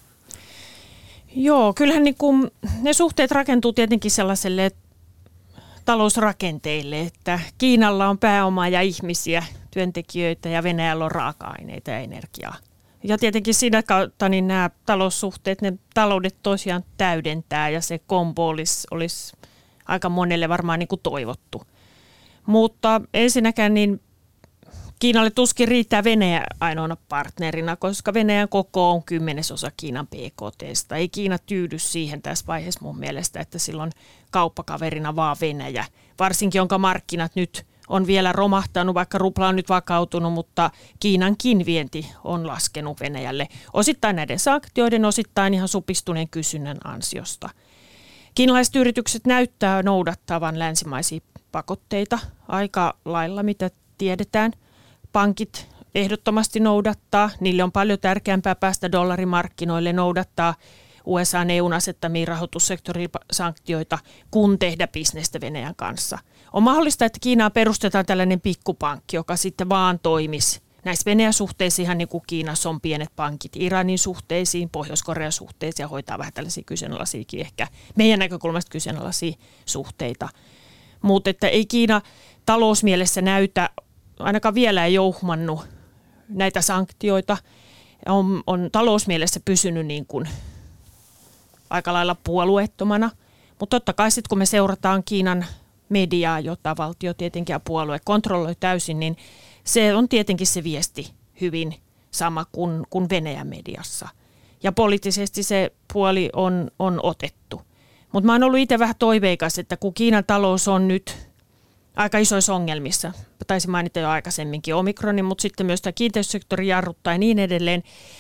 Joo, kyllähän niin kuin ne suhteet rakentuu tietenkin sellaiselle talousrakenteille, että Kiinalla on pääomaa ja ihmisiä, työntekijöitä ja Venäjällä on raaka-aineita ja energiaa. Ja tietenkin siinä kautta niin nämä taloussuhteet, ne taloudet tosiaan täydentää ja se kombo olisi, olisi aika monelle varmaan niin kuin toivottu. Mutta ensinnäkään niin Kiinalle tuskin riittää Venäjä ainoana partnerina, koska Venäjän koko on kymmenesosa Kiinan B K T:stä. Ei Kiina tyydy siihen tässä vaiheessa mun mielestä, että silloin kauppakaverina vaan Venäjä. Varsinkin jonka markkinat nyt on vielä romahtanut, vaikka rupla on nyt vakautunut, mutta Kiinankin vienti on laskenut Venäjälle. Osittain näiden sanktioiden, osittain ihan supistuneen kysynnän ansiosta. Kiinalaiset yritykset näyttää noudattavan länsimaisia pakotteita aika lailla, mitä tiedetään. Pankit ehdottomasti noudattaa. Niille on paljon tärkeämpää päästä dollarimarkkinoille, noudattaa U S A-E U:n asettamia rahoitussektorisanktioita, kun tehdä bisnestä Venäjän kanssa. On mahdollista, että Kiinaan perustetaan tällainen pikkupankki, joka sitten vaan toimisi näissä Venäjän suhteisiin, ihan niin kuin Kiinassa on pienet pankit Iranin suhteisiin, Pohjois-Korean suhteisiin ja hoitaa vähän tällaisia kyseenalaisiakin, ehkä meidän näkökulmasta kyseenalaisia suhteita. Mutta että ei Kiina talousmielessä näytä, ainakaan vielä ei jouhmannut näitä sanktioita, on, on talousmielessä pysynyt niin kuin aika lailla puolueettomana. Mutta totta kai sitten kun me seurataan Kiinan mediaa, jota valtio tietenkin ja puolue kontrolloi täysin, niin se on tietenkin se viesti hyvin sama kuin, kuin Venäjän mediassa. Ja poliittisesti se puoli on, on otettu. Mutta mä oon ollut itse vähän toiveikas, että kun Kiinan talous on nyt aika isoissa ongelmissa, taisin mainita jo aikaisemminkin omikronin, mutta sitten myös tämä kiinteistösektori jarruttaa ja niin edelleen,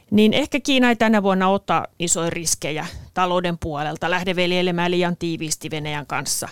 niin ehkä Kiina ei tänä vuonna ota isoja riskejä talouden puolelta, lähde veljeilemään liian tiiviisti Venäjän kanssa,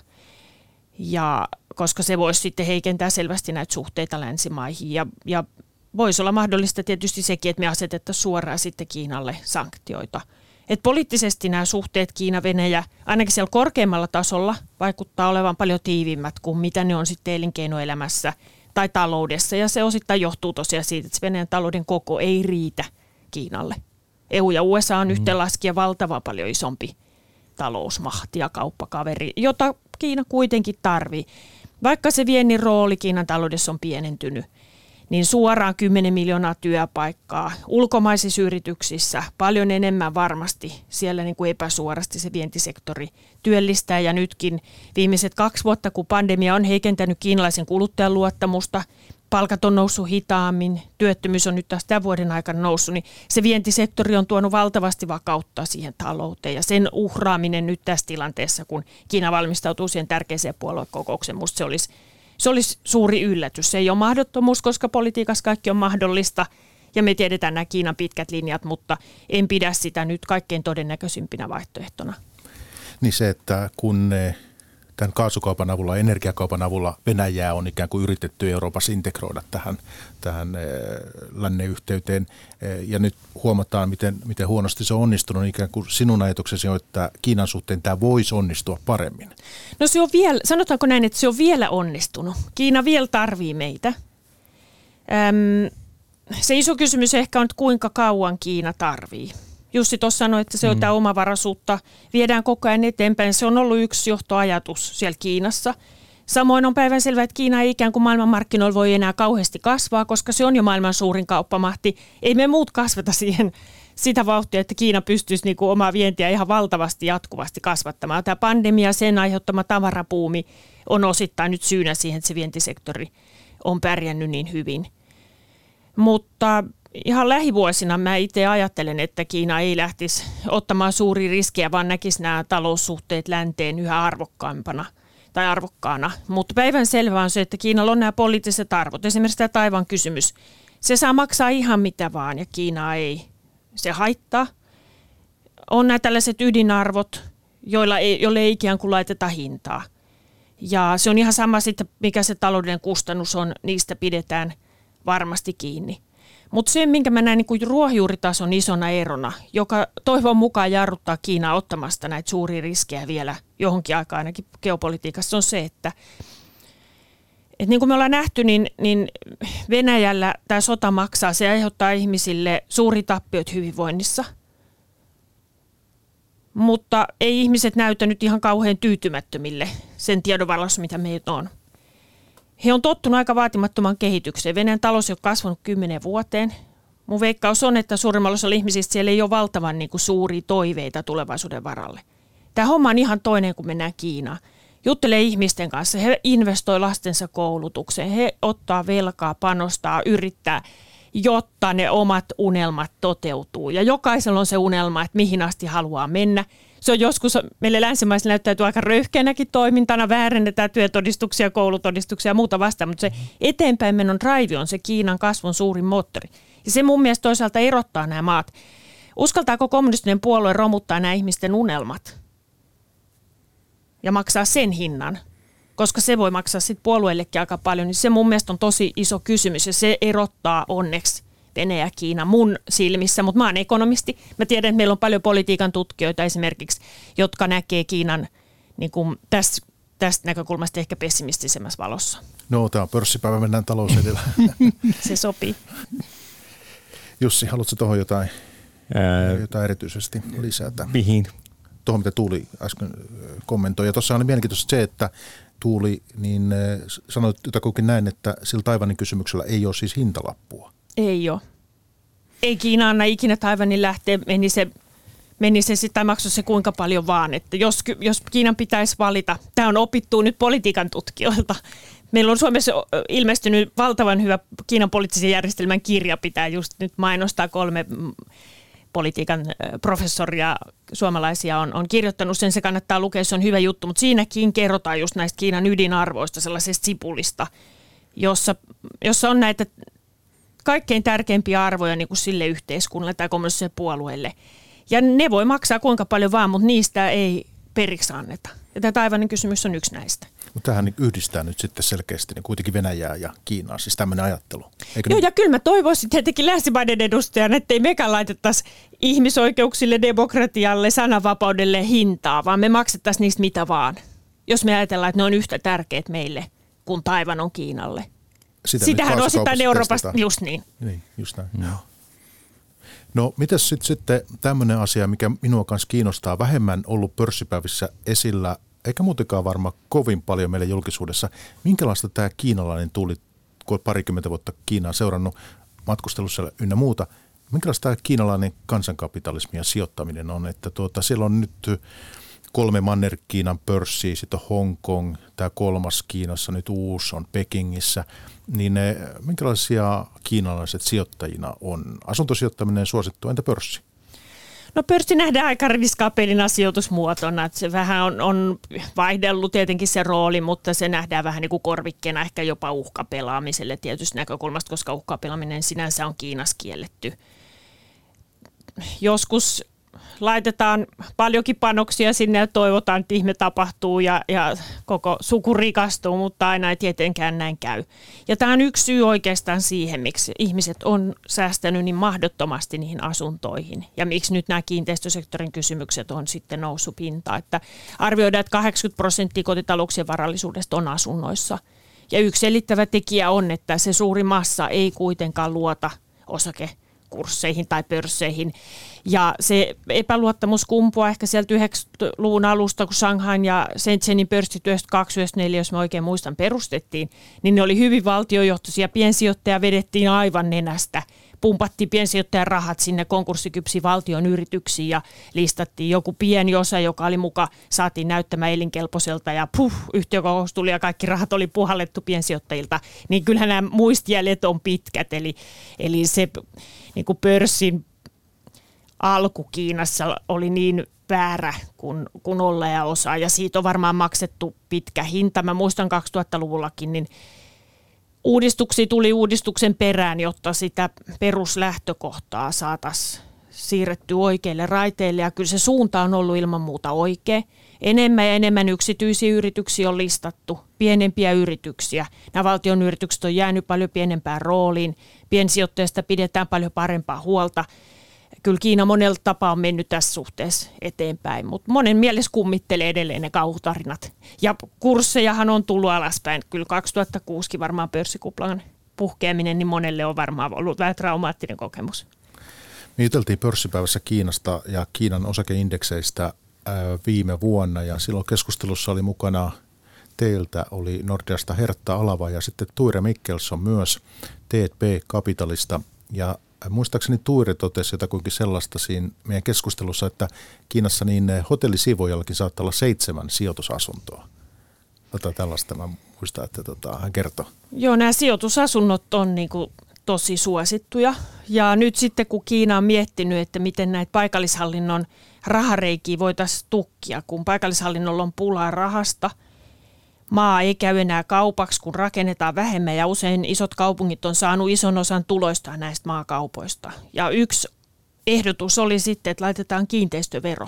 ja koska se voisi sitten heikentää selvästi näitä suhteita länsimaihin. Ja, ja voisi olla mahdollista tietysti sekin, että me asetettaisiin suoraan sitten Kiinalle sanktioita. Et poliittisesti nämä suhteet Kiina-Venäjä, ainakin siellä korkeammalla tasolla, vaikuttaa olevan paljon tiivimmät kuin mitä ne on sitten elinkeinoelämässä tai taloudessa. Ja se osittain johtuu tosiaan siitä, että Venäjän talouden koko ei riitä Kiinalle. E U ja U S A on yhteenlaskija valtavan paljon isompi talousmahti ja kauppakaveri, jota Kiina kuitenkin tarvii. Vaikka se viennin rooli Kiinan taloudessa on pienentynyt, niin suoraan kymmenen miljoonaa työpaikkaa ulkomaisissa yrityksissä, paljon enemmän varmasti siellä niin kuin epäsuorasti se vientisektori työllistää. Ja nytkin viimeiset kaksi vuotta, kun pandemia on heikentänyt kiinalaisen kuluttajan luottamusta, palkat on noussut hitaammin, työttömyys on nyt taas tämän vuoden aikana noussut, niin se vientisektori on tuonut valtavasti vakautta siihen talouteen. Ja sen uhraaminen nyt tässä tilanteessa, kun Kiina valmistautuu siihen tärkeäseen puoluekokoukseen, musta se olisi Se olisi suuri yllätys. Se ei ole mahdottomuus, koska politiikassa kaikki on mahdollista ja me tiedetään nämä Kiinan pitkät linjat, mutta en pidä sitä nyt kaikkein todennäköisimpinä vaihtoehtona. Niin se, että kun tämän kaasukaupan avulla, energiakaupan avulla Venäjää on ikään kuin yritetty Euroopassa integroida tähän, tähän lännen yhteyteen ja nyt huomataan, miten, miten huonosti se on onnistunut, niin ikään kuin sinun ajatuksesi on, että Kiinan suhteen tämä voisi onnistua paremmin. No se on vielä, sanotaanko näin, että se on vielä onnistunut. Kiina vielä tarvii meitä. Öm, se iso kysymys ehkä on, että kuinka kauan Kiina tarvii. Jussi tuossa sanoi, että se on mm. tämä omavaraisuutta, viedään koko ajan eteenpäin. Se on ollut yksi johtoajatus siellä Kiinassa. Samoin on päivänselvää, että Kiina ei ikään kuin maailmanmarkkinoilla voi enää kauheasti kasvaa, koska se on jo maailman suurin kauppamahti. Ei me muut kasvata siihen sitä vauhtia, että Kiina pystyisi niin kuin omaa vientiä ihan valtavasti jatkuvasti kasvattamaan. Tämä pandemia, sen aiheuttama tavarapuumi on osittain nyt syynä siihen, että se vientisektori on pärjännyt niin hyvin. Mutta ihan lähivuosina mä itse ajattelen, että Kiina ei lähtisi ottamaan suuria riskejä, vaan näkisi nämä taloussuhteet länteen yhä arvokkaampana tai arvokkaana. Mutta päivän selvää on se, että Kiinalla on nämä poliittiset arvot. Esimerkiksi tämä Taiwan kysymys. Se saa maksaa ihan mitä vaan ja Kiina ei. Se haittaa. On nämä tällaiset ydinarvot, joilla ei, joille ei ikään kuin laiteta hintaa. Ja se on ihan sama sitten, mikä se taloudellinen kustannus on, niistä pidetään varmasti kiinni. Mutta se, minkä mä näen niin kuin ruohonjuuritason isona erona, joka toivon mukaan jarruttaa Kiinaa ottamasta näitä suuria riskejä vielä johonkin aikaan ainakin geopolitiikassa, on se, että et niin kuin me ollaan nähty, niin, niin Venäjällä tämä sota maksaa, se aiheuttaa ihmisille suuri tappiot hyvinvoinnissa. Mutta ei ihmiset näytä nyt ihan kauhean tyytymättömille sen tiedon valossa, mitä meitä on. He on tottunut aika vaatimattoman kehitykseen. Venäjän talous ei ole kasvanut kymmenen vuoteen. Mun veikkaus on, että suurimmalla osalla ihmisistä siellä ei ole valtavan niin kuin suuria toiveita tulevaisuuden varalle. Tämä homma on ihan toinen, kun mennään Kiinaan. Juttelee ihmisten kanssa, he investoi lastensa koulutukseen, he ottaa velkaa, panostaa, yrittää, jotta ne omat unelmat toteutuu. Ja jokaisella on se unelma, että mihin asti haluaa mennä. Se on joskus, meille länsimaisille näyttäytyy aika röyhkeänäkin toimintana, väärennetään työtodistuksia, koulutodistuksia ja muuta vastaan, mutta se eteenpäin menon drive on se Kiinan kasvun suurin moottori. Ja se mun mielestä toisaalta erottaa nämä maat. Uskaltaako kommunistinen puolue romuttaa nämä ihmisten unelmat ja maksaa sen hinnan, koska se voi maksaa sitten puolueellekin aika paljon, niin se mun mielestä on tosi iso kysymys ja se erottaa onneksi Venäjä ja Kiina mun silmissä, mutta mä oon ekonomisti. Mä tiedän, että meillä on paljon politiikan tutkijoita esimerkiksi, jotka näkee Kiinan niin kuin tästä, tästä näkökulmasta ehkä pessimistisemmässä valossa. No, tämä on pörssipäivä, mennään talous edellä. Se sopii. Jussi, haluatko tuohon jotain, Ää, jotain erityisesti lisätä? Mihin? Tuohon, mitä Tuuli äsken kommentoi. Ja tuossa oli mielenkiintoista se, että Tuuli niin sanoit jotakuinkin näin, että sillä Taiwanin kysymyksellä ei ole siis hintalappua. Ei ole. Ei Kiina anna ikinä Taiwanin lähteä, meni se, meni se sitten tai maksoi se kuinka paljon vaan. Että jos, jos Kiinan pitäisi valita, tämä on opittu nyt politiikan tutkijoilta. Meillä on Suomessa ilmestynyt valtavan hyvä Kiinan poliittisen järjestelmän kirja, pitää just nyt mainostaa kolme politiikan professoria suomalaisia on, on kirjoittanut sen, se kannattaa lukea, se on hyvä juttu, mutta siinäkin kerrotaan just näistä Kiinan ydinarvoista, sellaisesta sipulista, jossa, jossa on näitä kaikkein tärkeimpiä arvoja niin kuin sille yhteiskunnalle tai kommunistiselle puolueelle. Ja ne voi maksaa kuinka paljon vaan, mutta niistä ei periksi anneta. Ja tämä Taiwanin kysymys on yksi näistä. Mutta tämähän yhdistää nyt sitten selkeästi niin kuitenkin Venäjää ja Kiinaa, siis tämmöinen ajattelu. Eikö Joo, niin? ja kyllä mä toivoisin tietenkin länsimaiden edustajana, ettei mekään laitettaisi ihmisoikeuksille, demokratialle, sananvapaudelle hintaa, vaan me maksettaisiin niistä mitä vaan. Jos me ajatellaan, että ne on yhtä tärkeät meille kuin Taiwan on Kiinalle. Sitä Sitähän osittain Euroopasta, just niin. Niin, just näin. No, no mitäs sitten sit tämmöinen asia, mikä minua kanssa kiinnostaa, vähemmän ollut pörssipäivissä esillä, eikä muutenkaan varmaan kovin paljon meillä julkisuudessa. Minkälaista tämä kiinalainen tuli, kun parikymmentä vuotta Kiinaa seurannut matkustelussa ynnä muuta, minkälaista tämä kiinalainen kansankapitalismi ja sijoittaminen on, että tuota, siellä on nyt kolme Manner-Kiinan pörssiä, sitten on Hong Kong, tämä kolmas Kiinassa, nyt uusi on Pekingissä, niin ne, minkälaisia kiinalaiset sijoittajina on? Asuntosijoittaminen suosittu, entä pörssi? No pörssi nähdään aika riskaapelina sijoitusmuotona, että se vähän on, on vaihdellut tietenkin se rooli, mutta se nähdään vähän niin kuin korvikkeena ehkä jopa uhkapelaamiselle tietysti näkökulmasta, koska uhkapelaaminen sinänsä on Kiinassa kielletty. Joskus laitetaan paljonkin panoksia sinne ja toivotaan, että ihme tapahtuu ja, ja koko suku rikastuu, mutta aina ei tietenkään näin käy. Ja tämä on yksi syy oikeastaan siihen, miksi ihmiset on säästänyt niin mahdottomasti niihin asuntoihin ja miksi nyt nämä kiinteistösektorin kysymykset on sitten noussut pintaan. Että arvioidaan, että kahdeksankymmentä prosenttia kotitalouksien varallisuudesta on asunnoissa. Ja yksi selittävä tekijä on, että se suuri massa ei kuitenkaan luota osakekursseihin tai pörsseihin. Ja se epäluottamus kumpuaa ehkä sieltä yhdeksänkymmentäluvun alusta, kun Shanghain ja Shenzhenin pörssit yhdeksänkymmentäkaksi yhdeksänkymmentäneljä, jos mä oikein muistan, perustettiin, niin ne oli hyvin valtiojohtoisia. Piensijoittajia vedettiin aivan nenästä. Pumpattiin piensijoittajan rahat sinne konkurssikypsiin valtion yrityksiin ja listattiin joku pieni osa, joka oli muka, saatiin näyttämään elinkelpoiselta ja puh, yhtiökokous tuli ja kaikki rahat oli puhallettu piensijoittajilta. Niin kyllähän nämä muistijäljet on pitkät, eli, eli se niin kuin pörssin alku Kiinassa oli niin väärä kuin, kuin olla ja osaa, ja siitä on varmaan maksettu pitkä hinta. Mä muistan kaksituhattaluvullakin, niin uudistuksia tuli uudistuksen perään, jotta sitä peruslähtökohtaa saataisiin siirrettyä oikeille raiteille, ja kyllä se suunta on ollut ilman muuta oikea. Enemmän ja enemmän yksityisiä yrityksiä on listattu, pienempiä yrityksiä. Nämä valtion yritykset on jäänyt paljon pienempään rooliin, piensijoittajista pidetään paljon parempaa huolta. Kyllä Kiina monella tapaa on mennyt tässä suhteessa eteenpäin, mutta monen mielessä kummittelee edelleen ne kauhutarinat. Ja kurssejahan on tullut alaspäin. Kyllä kaksituhattakuusi varmaan pörssikuplan puhkeaminen, niin monelle on varmaan ollut vähän traumaattinen kokemus. Me juteltiin pörssipäivässä Kiinasta ja Kiinan osakeindekseistä viime vuonna, ja silloin keskustelussa oli mukana teiltä, oli Nordeasta Hertta Alava ja sitten Tuire Mikkelsson myös T and P-kapitalista, ja muistaakseni Tuire totesi jotakuinkin sellaista siinä meidän keskustelussa, että Kiinassa niin hotellisivuojallakin saattaa olla seitsemän sijoitusasuntoa. Tota tällaista mä muistan, että tota, hän kertoi. Joo, nämä sijoitusasunnot on niin kuin tosi suosittuja. Ja nyt sitten kun Kiina on miettinyt, että miten näitä paikallishallinnon rahareikiä voitaisiin tukkia, kun paikallishallinnolla on pulaa rahasta, maa ei käy enää kaupaksi, kun rakennetaan vähemmän, ja usein isot kaupungit on saanut ison osan tuloistaan näistä maakaupoista. Ja yksi ehdotus oli sitten, että laitetaan kiinteistövero.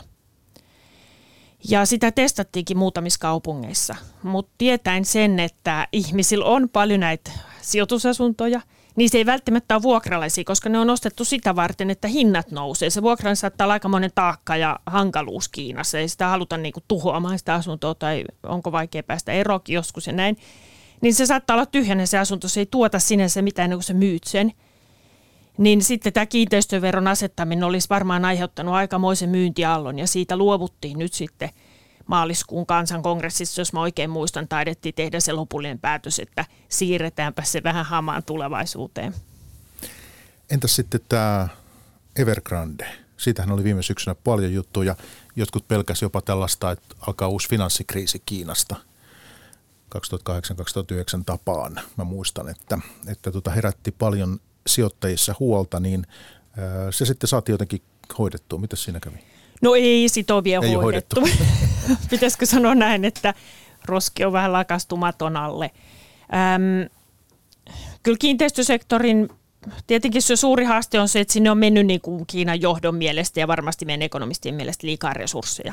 Ja sitä testattiinkin muutamissa kaupungeissa, mutta tietäen sen, että ihmisillä on paljon näitä sijoitusasuntoja, niin se ei välttämättä ole vuokralaisia, koska ne on ostettu sitä varten, että hinnat nousee. Se vuokran saattaa olla aikamoinen taakka ja hankaluus Kiinassa. Ei sitä haluta niinku tuhoamaan sitä asuntoa tai onko vaikea päästä eroonkin joskus ja näin. Niin se saattaa olla tyhjänä se asunto, se ei tuota sinänsä mitään ennen kuin sä myyt sen. Niin sitten tämä kiinteistöveron asettaminen olisi varmaan aiheuttanut aikamoisen myyntiaallon, ja siitä luovuttiin nyt sitten maaliskuun kansankongressissa, jos mä oikein muistan, taidettiin tehdä se lopullinen päätös, että siirretäänpä se vähän hamaan tulevaisuuteen. Entäs sitten tämä Evergrande? Siitähän oli viime syksynä paljon juttuja. Jotkut pelkäsivät jopa tällaista, että alkaa uusi finanssikriisi Kiinasta kaksituhattakahdeksan kaksituhattayhdeksän tapaan. Mä muistan, että, että tota herätti paljon sijoittajissa huolta, niin se sitten saatiin jotenkin hoidettua. Mitäs siinä kävi? No ei sitovia ei hoidettu. hoidettu. Pitäisikö sanoa näin, että roski on vähän lakastumaton alle. Äm, kyllä kiinteistösektorin tietenkin se suuri haaste on se, että sinne on mennyt niin kuin Kiinan johdon mielestä ja varmasti meidän ekonomistien mielestä liikaa resursseja.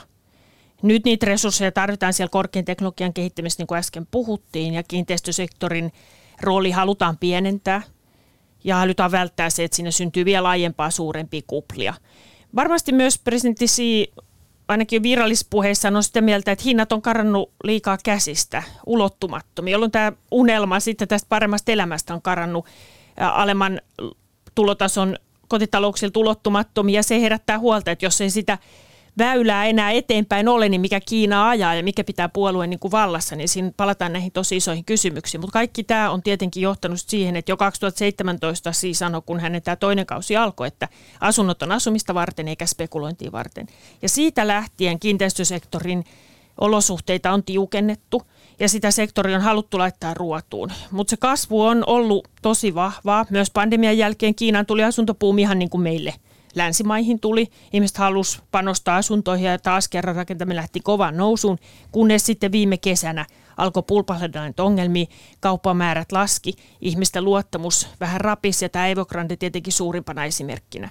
Nyt niitä resursseja tarvitaan siellä korkean teknologian kehittämisessä, niin kuin äsken puhuttiin, ja kiinteistösektorin rooli halutaan pienentää ja halutaan välttää se, että sinne syntyy vielä laajempaa suurempia kuplia. Varmasti myös presidentti Xi ainakin virallisissa puheissa on sitä mieltä, että hinnat on karannut liikaa käsistä, ulottumattomia, jolloin tämä unelma sitten tästä paremmasta elämästä on karannut alemman tulotason kotitalouksilta ulottumattomia, ja se herättää huolta, että jos ei sitä väylää enää eteenpäin ole, niin mikä Kiina ajaa ja mikä pitää puolueen niin kuin vallassa, niin siinä palataan näihin tosi isoihin kysymyksiin. Mutta kaikki tämä on tietenkin johtanut siihen, että jo kaksituhattaseitsemäntoista Xi sanoi, kun hänen tämä toinen kausi alkoi, että asunnot on asumista varten eikä spekulointia varten. Ja siitä lähtien kiinteistösektorin olosuhteita on tiukennettu ja sitä sektoria on haluttu laittaa ruotuun. Mutta se kasvu on ollut tosi vahvaa. Myös pandemian jälkeen Kiinaan tuli asuntopuumi ihan niin kuin meille länsimaihin tuli. Ihmiset halusi panostaa asuntoihin ja taas kerran rakentaminen lähti kovaan nousuun, kunnes sitten viime kesänä alkoi pulpahdella näitä ongelmia, kauppamäärät laski, ihmisten luottamus vähän rapisi ja tämä Evergrande tietenkin suurimpana esimerkkinä.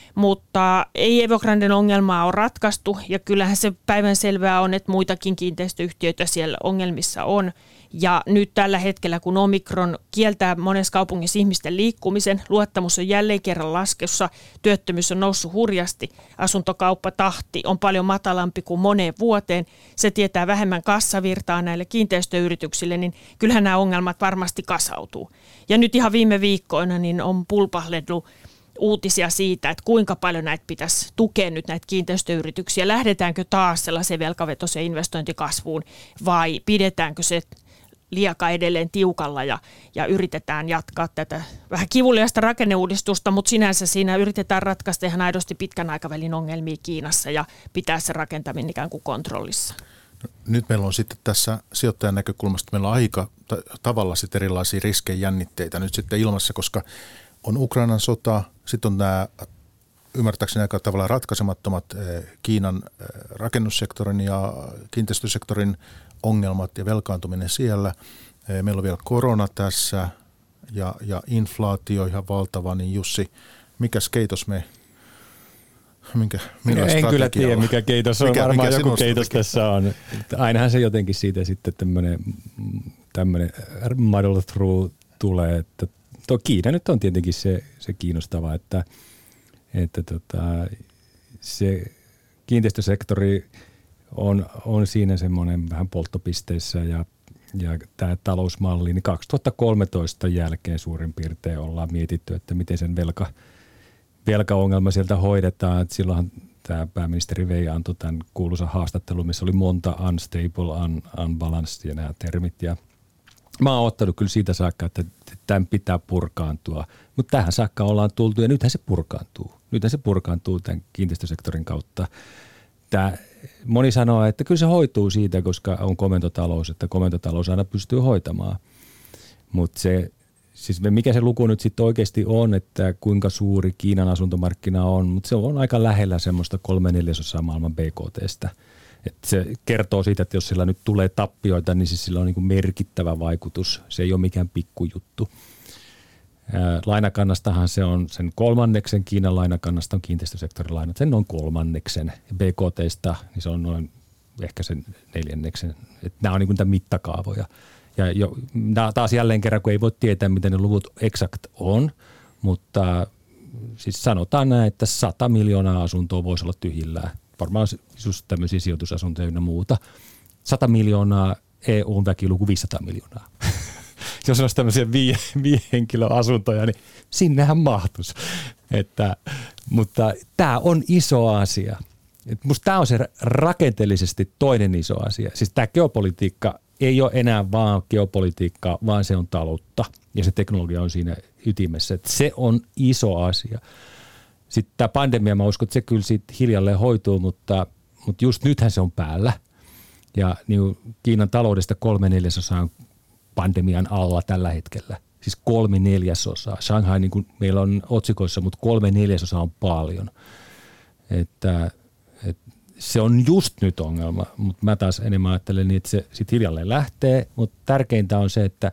Mutta ei Evergranden ongelmaa ole ratkaistu ja kyllähän se päivänselvää on, että muitakin kiinteistöyhtiöitä siellä ongelmissa on. Ja nyt tällä hetkellä, kun Omikron kieltää monessa kaupungissa ihmisten liikkumisen, luottamus on jälleen kerran laskussa, työttömyys on noussut hurjasti, asuntokauppatahti on paljon matalampi kuin moneen vuoteen, se tietää vähemmän kassavirtaa näille kiinteistöyrityksille, niin kyllähän nämä ongelmat varmasti kasautuu. Ja nyt ihan viime viikkoina niin on pulpahdellut uutisia siitä, että kuinka paljon näitä pitäisi tukea nyt näitä kiinteistöyrityksiä. Lähdetäänkö taas sellaiseen velkavetoiseen investointikasvuun vai pidetäänkö se liaka edelleen tiukalla ja, ja yritetään jatkaa tätä vähän kivuliasta rakenneuudistusta, mutta sinänsä siinä yritetään ratkaista ihan aidosti pitkän aikavälin ongelmia Kiinassa ja pitää se rakentaminen ikään kuin kontrollissa. Nyt meillä on sitten tässä sijoittajan näkökulmasta meillä on aika tavalla sitten erilaisia riskejä jännitteitä nyt sitten ilmassa, koska on Ukrainan sota, sitten on nämä ymmärtääkseni aika tavallaan ratkaisemattomat Kiinan rakennussektorin ja kiinteistösektorin ongelmat ja velkaantuminen siellä. Meillä on vielä korona tässä ja, ja inflaatio ihan valtava, niin Jussi, mikäs keitos me, minkä, en kyllä tiedä, on? mikä keitos on, mikä, varmaan mikä joku keitos mikä? tässä on. Ainahan se jotenkin siitä sitten tämmöinen, tämmöinen muddle through tulee, että tuo Kiina nyt on tietenkin se, se kiinnostava, että, että tota, se kiinteistösektori on, on siinä semmoinen vähän polttopisteissä ja, ja tämä talousmalli, niin kaksituhattakolmetoista jälkeen suurin piirtein ollaan mietitty, että miten sen velka, velkaongelma sieltä hoidetaan. Et silloinhan tämä pääministeri Vei antoi tämän kuuluisan haastattelun, missä oli monta unstable, un, unbalanced ja nämä termit ja mä oon ottanut kyllä siitä saakka, että tämän pitää purkaantua, mutta tähän saakka ollaan tultu ja nythän se purkaantuu. Nythän se purkaantuu tämän kiinteistösektorin kautta. Tämä, moni sanoo, että kyllä se hoituu siitä, koska on komentotalous, että komentotalous aina pystyy hoitamaan. Mutta se, siis mikä se luku nyt sitten oikeasti on, että kuinka suuri Kiinan asuntomarkkina on, mutta se on aika lähellä semmoista kolme neljäsosaa maailman B K T:stä. Että se kertoo siitä, että jos sillä nyt tulee tappioita, niin siis sillä on niin kuin merkittävä vaikutus. Se ei ole mikään pikkujuttu. Ää, lainakannastahan se on sen kolmanneksen, Kiinan lainakannasta on kiinteistösektorin lainat, sen noin kolmanneksen. B K T:stä niin se on noin ehkä sen neljänneksen. Et nämä on niin kuin niitä mittakaavoja. Ja jo, taas jälleen kerran, kun ei voi tietää, miten ne luvut eksakt on, mutta siis sanotaan näin, että sata miljoonaa asuntoa voisi olla tyhjillään. Varmaan just tämmöisiä sijoitusasuntoja ynnä muuta. sata miljoonaa E U:n väkiluku viisisataa miljoonaa. Jos olisi tämmöisiä viiden vie henkilön asuntoja, niin sinnehän mahtuisi. Että, mutta tämä on iso asia. Et musta tämä on se rakenteellisesti toinen iso asia. Siis tämä geopolitiikka ei ole enää vaan geopolitiikkaa, vaan se on taloutta. Ja se teknologia on siinä ytimessä. Et se on iso asia. Sitten tämä pandemia, mä uskon, että se kyllä siitä hiljalleen hoituu, mutta, mutta just nythän se on päällä. Ja niin Kiinan taloudesta kolme neljäsosaa on pandemian alla tällä hetkellä. Siis kolme neljäsosaa. Shanghai niin kuin meillä on otsikoissa, mutta kolme neljäsosaa on paljon. Että, että se on just nyt ongelma, mutta mä taas enemmän ajattelen niin, että se sitten hiljalleen lähtee. Mutta tärkeintä on se, että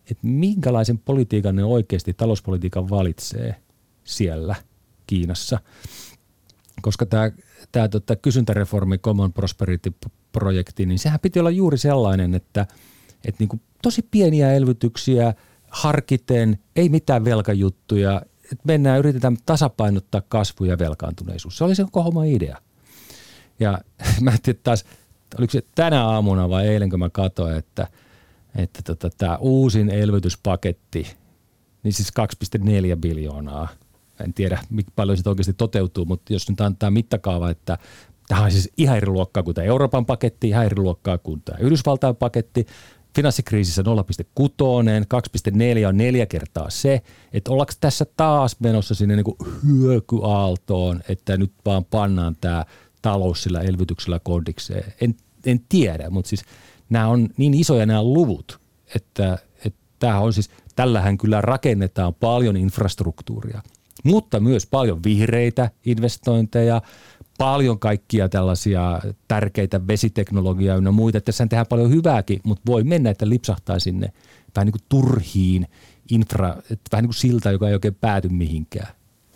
että minkälaisen politiikan ne oikeasti talouspolitiikan valitsee siellä Kiinassa. Koska tämä, tämä tota, kysyntäreformi, Common Prosperity-projekti, niin sehän piti olla juuri sellainen, että, että niin kuin tosi pieniä elvytyksiä harkiten, ei mitään velkajuttuja, että mennään yritetään tasapainottaa kasvu ja velkaantuneisuus. Se oli se koko homma idea. Ja mä en tiedä taas, oliko se tänä aamuna vai eilen, kun mä katsoin, että, että tota, tämä uusin elvytyspaketti, niin siis kaksi pilkku neljä biljoonaa. En tiedä, miten paljon se oikeasti toteutuu, mutta jos nyt antaa mittakaava, että tämä on siis ihan eri luokkaa kuin tämä Euroopan paketti, ihan eri luokkaa kuin tämä Yhdysvaltain paketti. Finanssikriisissä nolla pilkku kuusi, kaksi pilkku neljä on neljä kertaa se, että ollaanko tässä taas menossa sinne niin kuin hyökyaaltoon, että nyt vaan pannaan tämä talous sillä elvytyksellä kondikseen. En, en tiedä, mutta siis nämä on niin isoja nämä luvut, että, että tämä on siis, tällähän kyllä rakennetaan paljon infrastruktuuria, mutta myös paljon vihreitä investointeja, paljon kaikkia tällaisia tärkeitä vesiteknologiaa ynnä muita. Että tässä tehdään paljon hyvääkin, mutta voi mennä, että lipsahtaa sinne vähän niin kuin turhiin infra, että vähän niin kuin silta, joka ei oikein pääty mihinkään.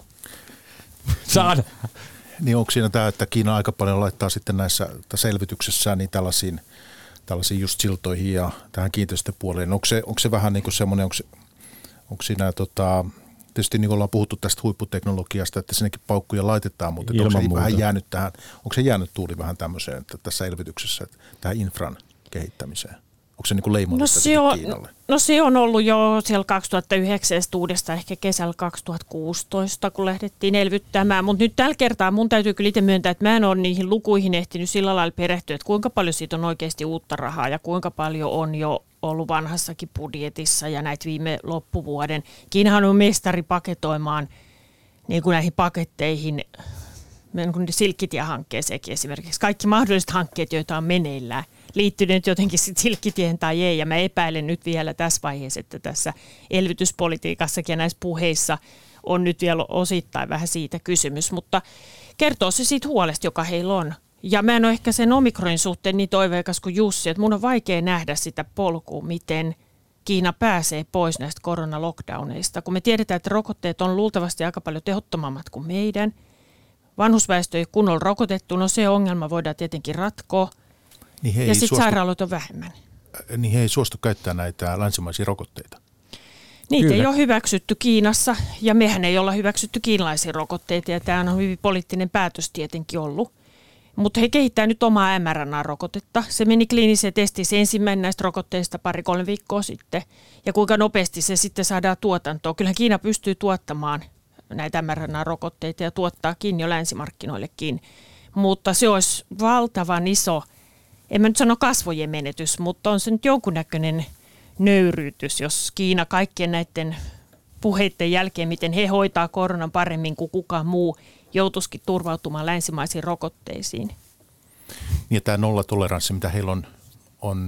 Saada. Niin onko siinä tämä, että Kiina aika paljon laittaa sitten näissä selvityksessään niin tällaisiin, tällaisiin just siltoihin ja tähän kiinteistöpuoleen. Onko se, onko se vähän niin kuin semmoinen, onko, onko siinä tota, tietysti niin kuin ollaan puhuttu tästä huipputeknologiasta, että sinnekin paukkuja laitetaan, mutta onko se vähän jäänyt tähän, onko se jäänyt Tuuli vähän tämmöiseen että tässä elvytyksessä, että tähän infran kehittämiseen? Onko se niin kuin leimallista no se on, Kiinalle? No se on ollut jo siellä kaksituhattayhdeksän uudestaan ehkä kesällä kaksituhattakuusitoista, kun lähdettiin elvyttämään. Mutta nyt tällä kertaa mun täytyy kyllä itse myöntää, että mä en ole niihin lukuihin ehtinyt sillä lailla perehtyä, että kuinka paljon siitä on oikeasti uutta rahaa ja kuinka paljon on jo ollut vanhassakin budjetissa ja näitä viime loppuvuoden. Kiinahan on mestari paketoimaan niin kuin näihin paketteihin, niin kuin Silkkitie-hankkeeseenkin esimerkiksi. Kaikki mahdolliset hankkeet, joita on meneillään, liittyneet jotenkin sitten Silkkitien tai ei. Ja mä epäilen nyt vielä tässä vaiheessa, että tässä elvytyspolitiikassakin ja näissä puheissa on nyt vielä osittain vähän siitä kysymys. Mutta kertoo se siitä huolesta, joka heillä on. Ja mä en ole ehkä sen omikronin suhteen niin toiveikas kuin Jussi, että mun on vaikea nähdä sitä polkua, miten Kiina pääsee pois näistä koronalockdowneista. Kun me tiedetään, että rokotteet on luultavasti aika paljon tehottomammat kuin meidän. Vanhusväestö ei kunnolla rokotettu, no se ongelma voidaan tietenkin ratkoa. Niin ja sitten sairaaloita on vähemmän. Niin he ei suostu käyttää näitä länsimaisia rokotteita. Niitä Kyllä. ei ole hyväksytty Kiinassa ja mehän ei olla hyväksytty kiinalaisia rokotteita ja tämä on hyvin poliittinen päätös tietenkin ollut. Mutta he kehittää nyt omaa M R N A-rokotetta. Se meni kliiniseen testiin se ensimmäinen näistä rokotteista pari-kolme viikkoa sitten. Ja kuinka nopeasti se sitten saadaan tuotantoon. Kyllähän Kiina pystyy tuottamaan näitä M R N A-rokotteita ja tuottaakin jo länsimarkkinoillekin. Mutta se olisi valtavan iso, en mä nyt sano kasvojen menetys, mutta on se nyt jonkunnäköinen nöyryytys, jos Kiina kaikkien näiden puheiden jälkeen, miten he hoitaa koronan paremmin kuin kukaan muu, joutuisikin turvautumaan länsimaisiin rokotteisiin. Niin ja tämä nollatoleranssi, mitä heillä on, on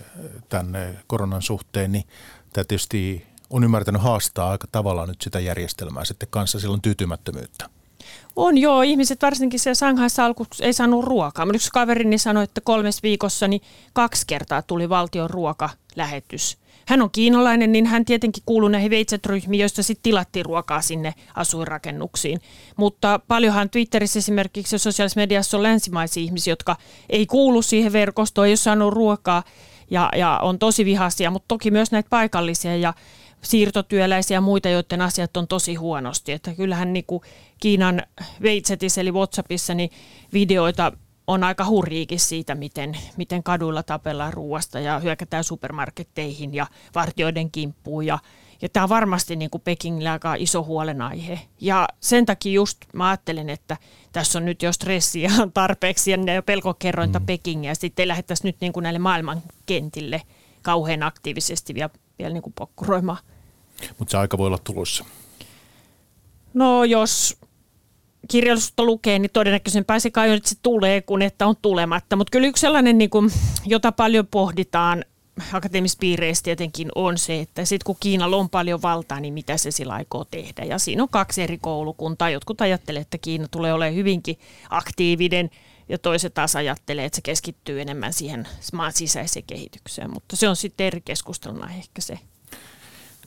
tämän koronan suhteen, niin tämä tietysti on ymmärtänyt haastaa aika tavallaan nyt sitä järjestelmää sitten kanssa, siellä on tyytymättömyyttä. On joo, ihmiset varsinkin siellä Shanghaissa alkuun ei saanut ruokaa. Mun yksi kaverini sanoi, että kolmes viikossa niin kaksi kertaa tuli valtion ruokalähetys. Hän on kiinalainen, niin hän tietenkin kuuluu näihin veitset-ryhmiin, joista sitten tilattiin ruokaa sinne asuinrakennuksiin. Mutta paljonhan Twitterissä esimerkiksi ja sosiaalisessa mediassa on länsimaisia ihmisiä, jotka ei kuulu siihen verkostoon, ei ole saanut ruokaa ja, ja on tosi vihaisia, mutta toki myös näitä paikallisia ja siirtotyöläisiä ja muita, joiden asiat on tosi huonosti. Että kyllähän niin kuin Kiinan veitsetissä eli WhatsAppissa niin videoita on aika hurjiikin siitä, miten, miten kaduilla tapellaan ruoasta ja hyökätään supermarketteihin ja vartijoiden kimppuun. Ja, ja tämä on varmasti niin kuin Pekingille aika iso huolenaihe. Ja sen takia just mä ajattelen, että tässä on nyt jo stressiä tarpeeksi ja pelkokerrointa mm. Pekingiä. Sitten ei lähdettäisi nyt niin kuin näille maailmankentille kauhean aktiivisesti vielä, vielä niin kuin pokkuroimaan. Mutta se aika voi olla tulossa. No jos kirjallisuutta lukee, niin todennäköisempää se kai on, että se tulee, kun että on tulematta. Mutta kyllä yksi sellainen, niin kuin, jota paljon pohditaan akateemisissa piireissä tietenkin on se, että sitten kun Kiinalla on paljon valtaa, niin mitä se sillä aikoo tehdä. Ja siinä on kaksi eri koulukuntaa. Jotkut ajattelee, että Kiina tulee olemaan hyvinkin aktiivinen ja toiset taas ajattelee, että se keskittyy enemmän siihen maan sisäiseen kehitykseen. Mutta se on sitten eri keskusteluna ehkä se.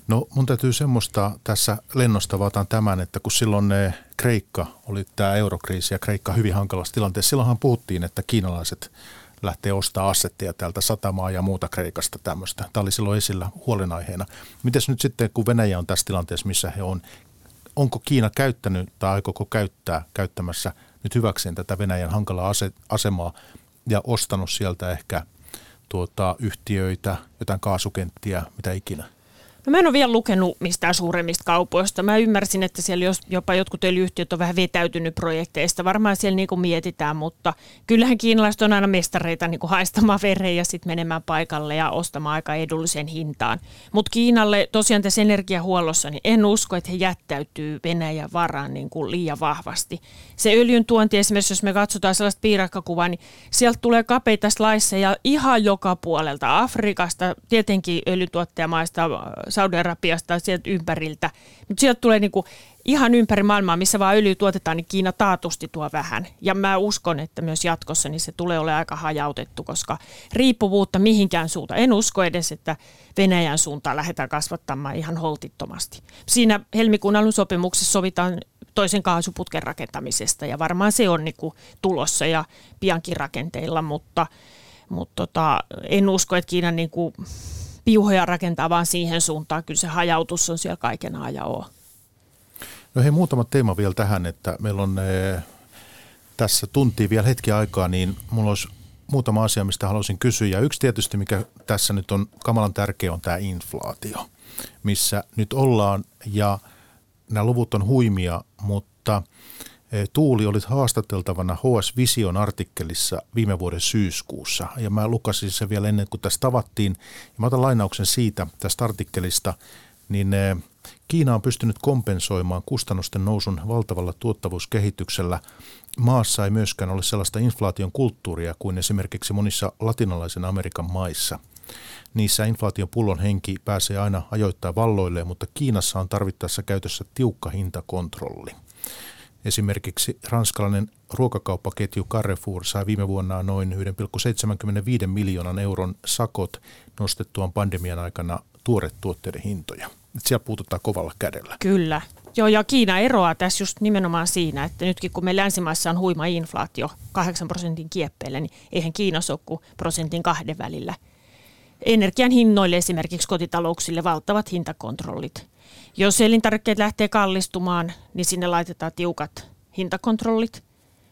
No mun täytyy semmoista tässä lennosta vaataan tämän, että kun silloin ne Kreikka oli tämä eurokriisi ja Kreikka hyvin hankalassa tilanteessa, silloinhan puhuttiin, että kiinalaiset lähtee ostaa assetteja täältä Satamaa ja muuta Kreikasta tämmöistä. Tämä oli silloin esillä huolenaiheena. Mites nyt sitten, kun Venäjä on tässä tilanteessa, missä he on, onko Kiina käyttänyt tai aikooko käyttää käyttämässä nyt hyväkseen tätä Venäjän hankalaa ase- asemaa ja ostanut sieltä ehkä tuota, yhtiöitä, jotain kaasukenttiä, mitä ikinä? No mä en ole vielä lukenut mistään suuremmista kaupoista. Mä ymmärsin, että siellä jopa jotkut öljy-yhtiöt on vähän vetäytynyt projekteista. Varmaan siellä niin kuin mietitään, mutta kyllähän kiinalaiset on aina mestareita niin kuin haistamaan vereen ja sitten menemään paikalle ja ostamaan aika edulliseen hintaan. Mutta Kiinalle tosiaan tässä energiahuollossa, niin en usko, että he jättäytyy Venäjän varaan niin kuin liian vahvasti. Se öljyn tuonti esimerkiksi, jos me katsotaan sellaista piirakkakuvaa, niin sieltä tulee kapeita sliceja ihan joka puolelta. Afrikasta, tietenkin öljyntuottajamaista, Saudi-Arabiasta sieltä ympäriltä. Mutta sieltä tulee niinku ihan ympäri maailmaa, missä vaan öljy tuotetaan, niin Kiina taatusti tuo vähän. Ja mä uskon, että myös jatkossa niin se tulee olemaan aika hajautettu, koska riippuvuutta mihinkään suuntaan. En usko edes, että Venäjän suuntaan lähdetään kasvattamaan ihan holtittomasti. Siinä helmikuun alun sopimuksessa sovitaan toisen kaasuputken rakentamisesta ja varmaan se on niinku tulossa ja piankin rakenteilla, mutta, mutta tota, en usko, että Kiinan niinku piuhoja rakentaa vaan siihen suuntaan. Kyllä se hajautus on siellä kaiken ajan oo. No hei, muutama teema vielä tähän, että meillä on e, tässä tuntiin vielä hetki aikaa, niin mulla olisi muutama asia, mistä haluaisin kysyä. Ja yksi tietysti, mikä tässä nyt on kamalan tärkeä, on tämä inflaatio, missä nyt ollaan. Ja nämä luvut on huimia, mutta e, Tuuli, olit haastateltavana H S Vision artikkelissa viime vuoden syyskuussa. Ja mä lukasin sen vielä ennen kuin tässä tavattiin. Ja mä otan lainauksen siitä tästä artikkelista, niin e, Kiina on pystynyt kompensoimaan kustannusten nousun valtavalla tuottavuuskehityksellä. Maassa ei myöskään ole sellaista inflaation kulttuuria kuin esimerkiksi monissa latinalaisen Amerikan maissa. Niissä inflaation pullon henki pääsee aina ajoittain valloilleen, mutta Kiinassa on tarvittaessa käytössä tiukka hintakontrolli. Esimerkiksi ranskalainen ruokakauppaketju Carrefour sai viime vuonna noin yksi pilkku seitsemänkymmentäviisi miljoonan euron sakot nostettuaan pandemian aikana tuoretuotteiden hintoja. Siellä puututaan kovalla kädellä. Kyllä. Joo, ja Kiina eroaa tässä just nimenomaan siinä, että nytkin kun me länsimaissa on huima inflaatio kahdeksan prosentin kieppeillä, niin eihän Kiinassa ole kuin prosentin kahden välillä. Energian hinnoille esimerkiksi kotitalouksille valtavat hintakontrollit. Jos elintarvikkeet lähtee kallistumaan, niin sinne laitetaan tiukat hintakontrollit.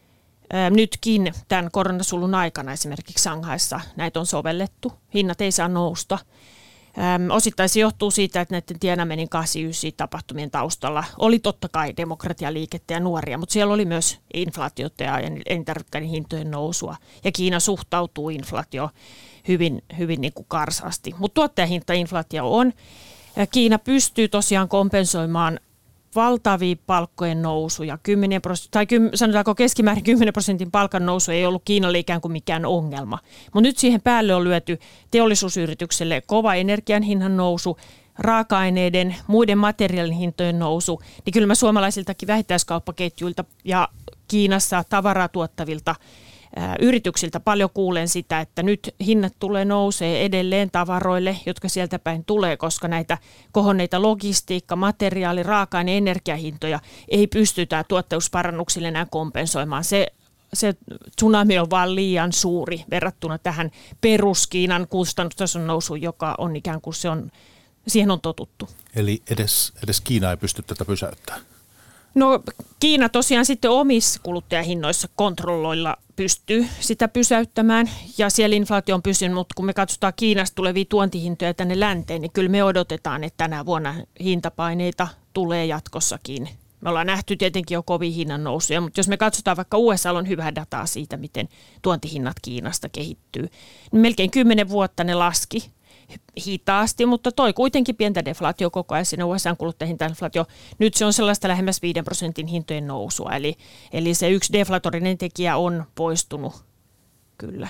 Nytkin tämän koronasulun aikana esimerkiksi Shanghaissa näitä on sovellettu. Hinnat ei saa nousta. Osittain se johtuu siitä, että näiden Tiananmenin kahdeksankymmentäyhdeksän tapahtumien taustalla oli totta kai demokratialiikettä ja nuoria, mutta siellä oli myös inflaatiota ja elintarvikkeiden hintojen nousua. Ja Kiina suhtautuu inflaatioon hyvin, hyvin niin kuin karsaasti. Mutta tuottajahintainflaatio on. Ja Kiina pystyy tosiaan kompensoimaan valtavia palkkojen nousuja, kymmenen prosenttia, tai kym, sanotaanko keskimäärin kymmenen prosentin palkan nousu ei ollut Kiinalle ikään kuin mikään ongelma. Mutta nyt siihen päälle on lyöty teollisuusyritykselle kova energian hinnan nousu, raaka-aineiden, muiden materiaalin hintojen nousu, niin kyllä mä suomalaisiltakin vähittäiskauppaketjuilta ja Kiinassa tavaraa tuottavilta yrityksiltä paljon kuulen sitä, että nyt hinnat tulee nousee edelleen tavaroille, jotka sieltä päin tulee, koska näitä kohonneita logistiikka, materiaali, raaka-aine, energiahintoja ei pystytä tuottavuusparannuksille enää kompensoimaan. Se, se tsunami on vaan liian suuri verrattuna tähän peruskiinan kustannustason nousuun, joka on ikään kuin se on, siihen on totuttu. Eli edes, edes Kiina ei pysty tätä pysäyttämään? No Kiina tosiaan sitten omissa kuluttajahinnoissa kontrolloilla pystyy sitä pysäyttämään ja siellä inflaatio on pysynyt, mutta kun me katsotaan Kiinasta tulevia tuontihintoja tänne länteen, niin kyllä me odotetaan, että tänä vuonna hintapaineita tulee jatkossakin. Me ollaan nähty tietenkin jo kovin hinnan nousuja, mutta jos me katsotaan vaikka U S A on hyvää dataa siitä, miten tuontihinnat Kiinasta kehittyy, niin melkein kymmenen vuotta ne laski hitaasti, mutta toi kuitenkin pientä deflaatio koko ajan siinä U S A:n kuluttajahintainflaatio. Nyt se on sellaista lähemmäs viiden prosentin hintojen nousua, eli, eli se yksi deflatorinen tekijä on poistunut kyllä.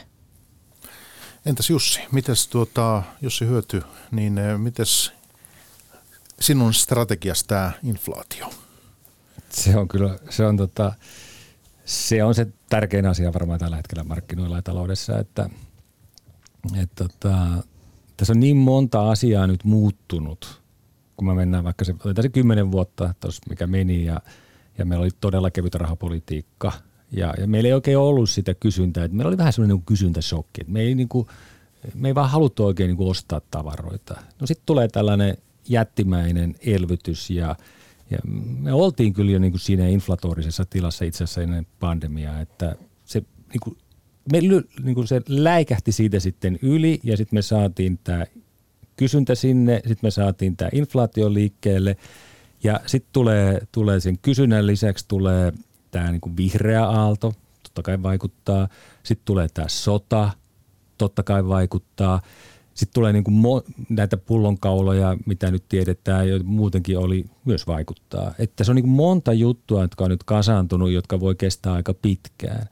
Entäs Jussi, mites tuota, Jussi Hyöty, niin mites sinun strategiasta tämä inflaatio? Se on kyllä, se on, tota, se on se tärkein asia varmaan tällä hetkellä markkinoilla ja taloudessa, että, että, että tässä on niin monta asiaa nyt muuttunut kun me mennään vaikka se, otetaan se kymmenen vuotta tuossa, mikä meni ja, ja meillä oli todella kevyt rahapolitiikka ja, ja meillä ei oikein ollut sitä kysyntää, että meillä oli vähän semmoinen niin kysyntäshokki, että me ei, niin kuin, me ei vaan haluttu oikein niin kuin ostaa tavaroita. No sitten tulee tällainen jättimäinen elvytys ja, ja me oltiin kyllä jo niin kuin siinä inflatorisessa tilassa itse asiassa ennen pandemiaa, että se, niin kuin, me, niin kuin se läikähti siitä sitten yli ja sitten me saatiin tämä kysyntä sinne, sitten me saatiin tämä inflaatio liikkeelle ja sitten tulee, tulee sen kysynnän lisäksi tulee tämä niin kuin vihreä aalto, totta kai vaikuttaa, sitten tulee tämä sota, totta kai vaikuttaa. Sitten tulee niin kuin mo- näitä pullonkauloja, mitä nyt tiedetään, jo muutenkin oli myös vaikuttaa. Että se on niin kuin monta juttua, jotka on nyt kasaantunut, jotka voi kestää aika pitkään.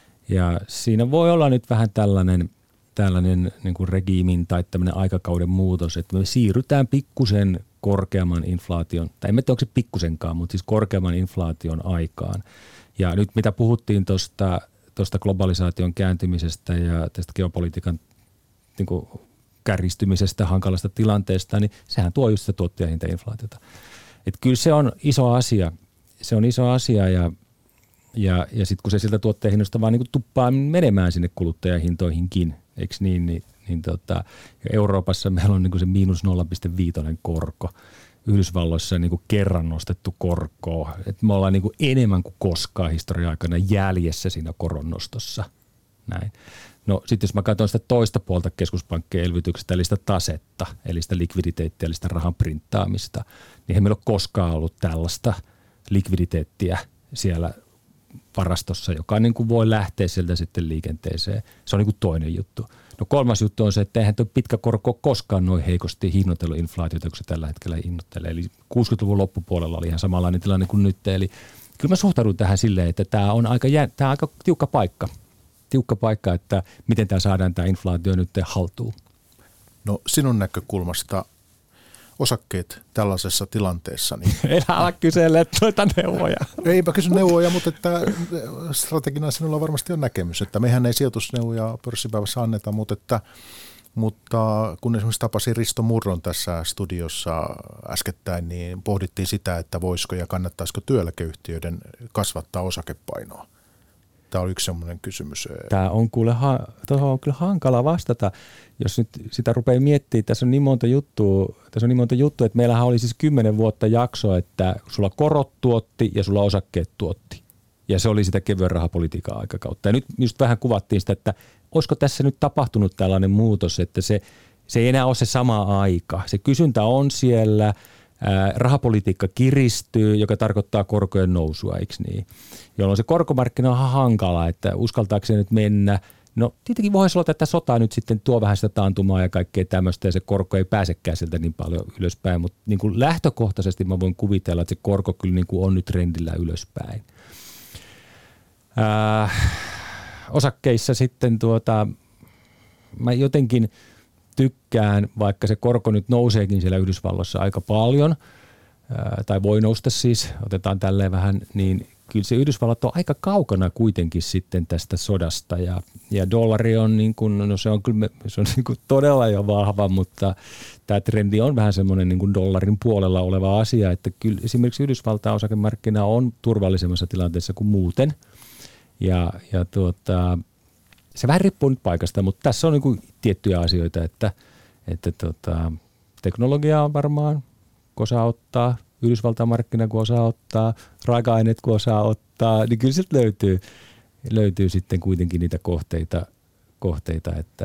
Ja siinä voi olla nyt vähän tällainen, tällainen niin kuin regiimin tai tämmöinen aikakauden muutos, että me siirrytään pikkusen korkeamman inflaation, tai en tiedä onko se pikkusenkaan, mutta siis korkeamman inflaation aikaan. Ja nyt mitä puhuttiin tuosta tuosta globalisaation kääntymisestä ja tästä geopolitiikan niin kuin kärjistymisestä, hankalasta tilanteesta, niin sehän tuo just sitä tuottajahintainflaatiota. Että kyllä se on iso asia. Se on iso asia ja, ja, ja sitten kun se siltä tuottajahinnosta vaan niin kuin tuppaa menemään sinne kuluttajahintoihinkin, eikö niin, niin, niin tota, Euroopassa meillä on niin kuin se miinus nolla pilkku viisi korko. Yhdysvalloissa niin kuin kerran nostettu korkoa. Et me ollaan niin kuin enemmän kuin koskaan historian aikana jäljessä siinä koronnostossa. Näin. No sitten jos mä katson sitä toista puolta keskuspankkien elvytyksestä, eli sitä tasetta, eli sitä likviditeettiä, eli sitä rahan printtaamista, niin ei meillä ole koskaan ollut tällaista likviditeettiä siellä varastossa, joka niin kuin voi lähteä sieltä sitten liikenteeseen. Se on niin kuin toinen juttu. No kolmas juttu on se, että eihän tuo pitkä korko koskaan noin heikosti hinnoitellut inflaatiota, kun se tällä hetkellä hinnoittelee. Eli kuusikymmentäluvun loppupuolella oli ihan samanlainen tilanne kuin nyt. Eli kyllä mä suhtaudun tähän silleen, että tämä on aika, jä, tämä on aika tiukka paikka. Tiukka paikka, että miten tämä saadaan tämä inflaatio nyt haltuun. No sinun näkökulmasta osakkeet tällaisessa tilanteessa. Niin en ala kysellä tuota neuvoja. Eipä kysy neuvoja, mutta että strategina sinulla varmasti on näkemys, että mehän ei sijoitusneuvoja pörssipäivässä anneta, mutta, että, mutta kun esimerkiksi tapasin Risto Murron tässä studiossa äskettäin, niin pohdittiin sitä, että voisiko ja kannattaisiko työeläkeyhtiöiden kasvattaa osakepainoa. Tämä on yksi sellainen kysymys. Tämä on, kuule, tuohon on kyllä hankala vastata, jos nyt sitä rupeaa miettimään. Tässä on niin monta juttua, tässä on niin monta juttua, että meillähän oli siis kymmenen vuotta jakso, että sulla korot tuotti ja sulla osakkeet tuotti. Ja se oli sitä kevyen rahapolitiikan aikakautta. Ja nyt just vähän kuvattiin sitä, että olisiko tässä nyt tapahtunut tällainen muutos, että se, se ei enää ole se sama aika. Se kysyntä on siellä. Rahapolitiikka kiristyy, joka tarkoittaa korkojen nousua, eikö niin? Jolloin se korkomarkkina on hankala, että uskaltaako se nyt mennä. No tietenkin voisi olla, että sota nyt sitten tuo vähän sitä taantumaa ja kaikkea tämmöistä ja se korko ei pääsekään sieltä niin paljon ylöspäin, mutta niin kuin lähtökohtaisesti mä voin kuvitella, että se korko kyllä niin kuin on nyt trendillä ylöspäin. Ää, osakkeissa sitten tuota, mä jotenkin tykkään, vaikka se korko nyt nouseekin siellä Yhdysvalloissa aika paljon, ää, tai voi nousta siis, otetaan tälleen vähän, niin kyllä se Yhdysvallat on aika kaukana kuitenkin sitten tästä sodasta ja, ja dollari on niin kuin, no se on kyllä se on niin kuin todella jo vahva, mutta tämä trendi on vähän semmoinen niin kuin dollarin puolella oleva asia, että kyllä esimerkiksi Yhdysvaltain osakemarkkina on turvallisemmassa tilanteessa kuin muuten ja, ja tuota, se vähän riippuu nyt paikasta, mutta tässä on niin kuin tiettyjä asioita, että, että tota, teknologia on varmaan, kun osaa ottaa, Yhdysvaltain markkina kun osaa ottaa, raaka-aineet kun osaa ottaa, niin kyllä sieltä löytyy, löytyy sitten kuitenkin niitä kohteita, kohteita että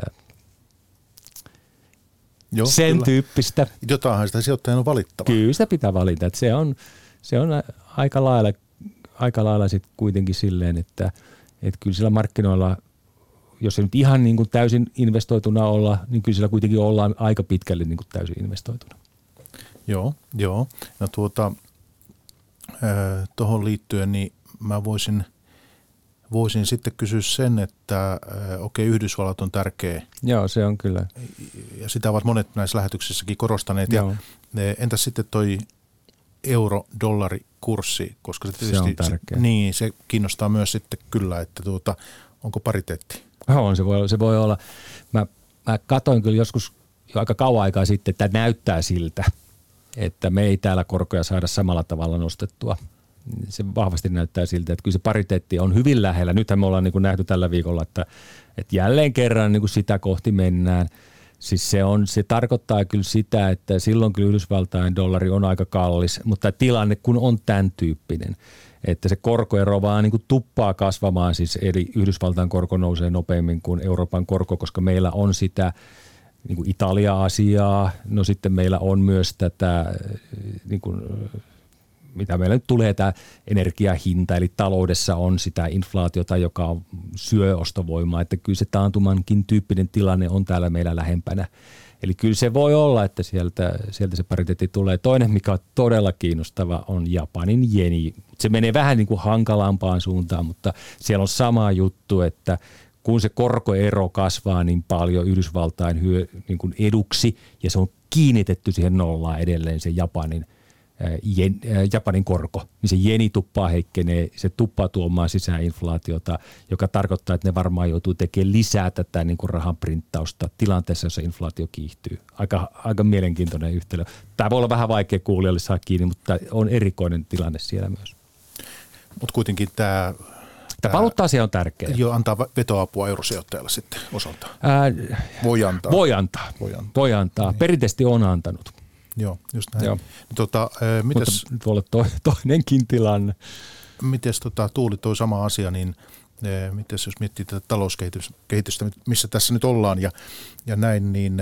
Joo, sen kyllä. Tyyppistä. Jotainhan sitä sijoittajan on valittava. Kyllä sitä pitää valita, että se on, se on aika lailla, aika lailla sitten kuitenkin silleen, että, että kyllä sillä markkinoilla, jos ei nyt ihan niin kuin täysin investoituna olla, niin kyllä sillä kuitenkin ollaan aika pitkälle niin kuin täysin investoituna. Joo, joo. No tuota, tuohon liittyen, niin mä voisin, voisin sitten kysyä sen, että okei, Yhdysvallat on tärkeä. Joo, se on kyllä. Ja sitä ovat monet näissä lähetyksissäkin korostaneet. Ja entäs sitten toi euro-dollari-kurssi, koska se tietysti, se on tärkeä. Se, niin, se kiinnostaa myös sitten kyllä, että tuota, onko pariteetti? On, se voi, se voi olla. Mä, mä katsoin kyllä joskus jo aika kauan aikaa sitten, että näyttää siltä, että me ei täällä korkoja saada samalla tavalla nostettua. Se vahvasti näyttää siltä, että kyllä se pariteetti on hyvin lähellä. Nythän me ollaan niin kuin nähty tällä viikolla, että, että jälleen kerran niin kuin sitä kohti mennään. Siis se, on, se tarkoittaa kyllä sitä, että silloin kyllä Yhdysvaltain dollari on aika kallis, mutta tilanne kun on tämän tyyppinen, että se korkoero vaan niin kuin tuppaa kasvamaan, siis eli Yhdysvaltain korko nousee nopeammin kuin Euroopan korko, koska meillä on sitä niin kuin Italia-asiaa, no sitten meillä on myös tätä, niin kuin, mitä meillä nyt tulee, tämä energiahinta, eli taloudessa on sitä inflaatiota, joka syö ostovoimaa, että kyllä se taantumankin tyyppinen tilanne on täällä meillä lähempänä. Eli kyllä se voi olla, että sieltä, sieltä se pariteetti tulee. Toinen, mikä on todella kiinnostava, on Japanin jeni. Se menee vähän niin kuin hankalampaan suuntaan, mutta siellä on sama juttu, että kun se korkoero kasvaa niin paljon Yhdysvaltain hyö, niin kuin eduksi ja se on kiinnitetty siihen nollaan edelleen se Japanin, jen, Japanin korko, niin se jeni tuppaa heikkenee, se tuppaa tuomaan sisään inflaatiota, joka tarkoittaa, että ne varmaan joutuu tekemään lisää tätä niin kuin rahan printtausta tilanteessa, jossa inflaatio kiihtyy. Aika, aika mielenkiintoinen yhtälö. Tämä voi olla vähän vaikea kuulijalle saa kiinni, mutta on erikoinen tilanne siellä myös. Mutta kuitenkin tämä... Tämä valuutta-asia on tärkeä. Joo, antaa vetoapua eurosijoittajalle sitten osaltaan. Ää, voi antaa. Voi antaa. Voi antaa. Voi antaa. Niin. Perinteisesti on antanut. Joo, just näin. Joo. Tota, äh, mites, mutta voi olla to, toinenkin tilanne. Mites tota, Tuuli toi sama asia, niin äh, mites jos miettii tätä talouskehitystä, missä tässä nyt ollaan ja, ja näin, niin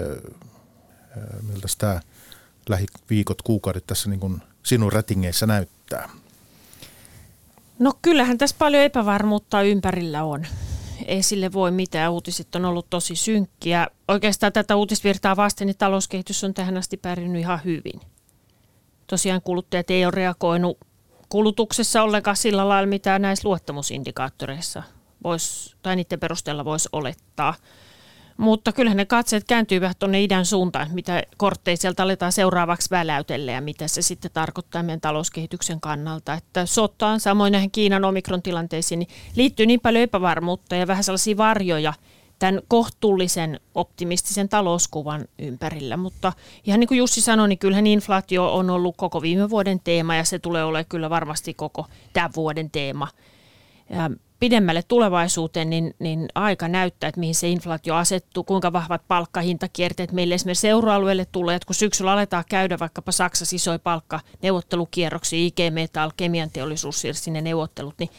äh, miltä tämä lähiviikot, kuukaudet tässä niin kuin sinun rätingeissä näyttää? No kyllähän tässä paljon epävarmuutta ympärillä on. Ei sille voi mitään. Uutiset on ollut tosi synkkiä. Oikeastaan tätä uutisvirtaa vasten niin talouskehitys on tähän asti pärjännyt ihan hyvin. Tosiaan kuluttajat ei ole reagoinut kulutuksessa ollenkaan sillä lailla, mitä näissä luottamusindikaattoreissa vois, tai niiden perusteella voisi olettaa. Mutta kyllähän ne katseet kääntyvät tuonne idän suuntaan, mitä kortteja sieltä aletaan seuraavaksi väläytellä ja mitä se sitten tarkoittaa meidän talouskehityksen kannalta. Että sotaan, samoin näihin Kiinan omikron-tilanteisiin, niin liittyy niin paljon epävarmuutta ja vähän sellaisia varjoja tämän kohtuullisen optimistisen talouskuvan ympärillä. Mutta ihan niin kuin Jussi sanoi, niin kyllähän inflaatio on ollut koko viime vuoden teema ja se tulee olemaan kyllä varmasti koko tämän vuoden teema. Ja pidemmälle tulevaisuuteen, niin, niin aika näyttää, että mihin se inflaatio asettuu, kuinka vahvat palkkahintakierteet meille esimerkiksi euroalueelle tulee, että kun syksyllä aletaan käydä vaikkapa Saksassa isoja palkkaneuvottelukierroksia, I G Metall, kemian teollisuus, sinne neuvottelut, niin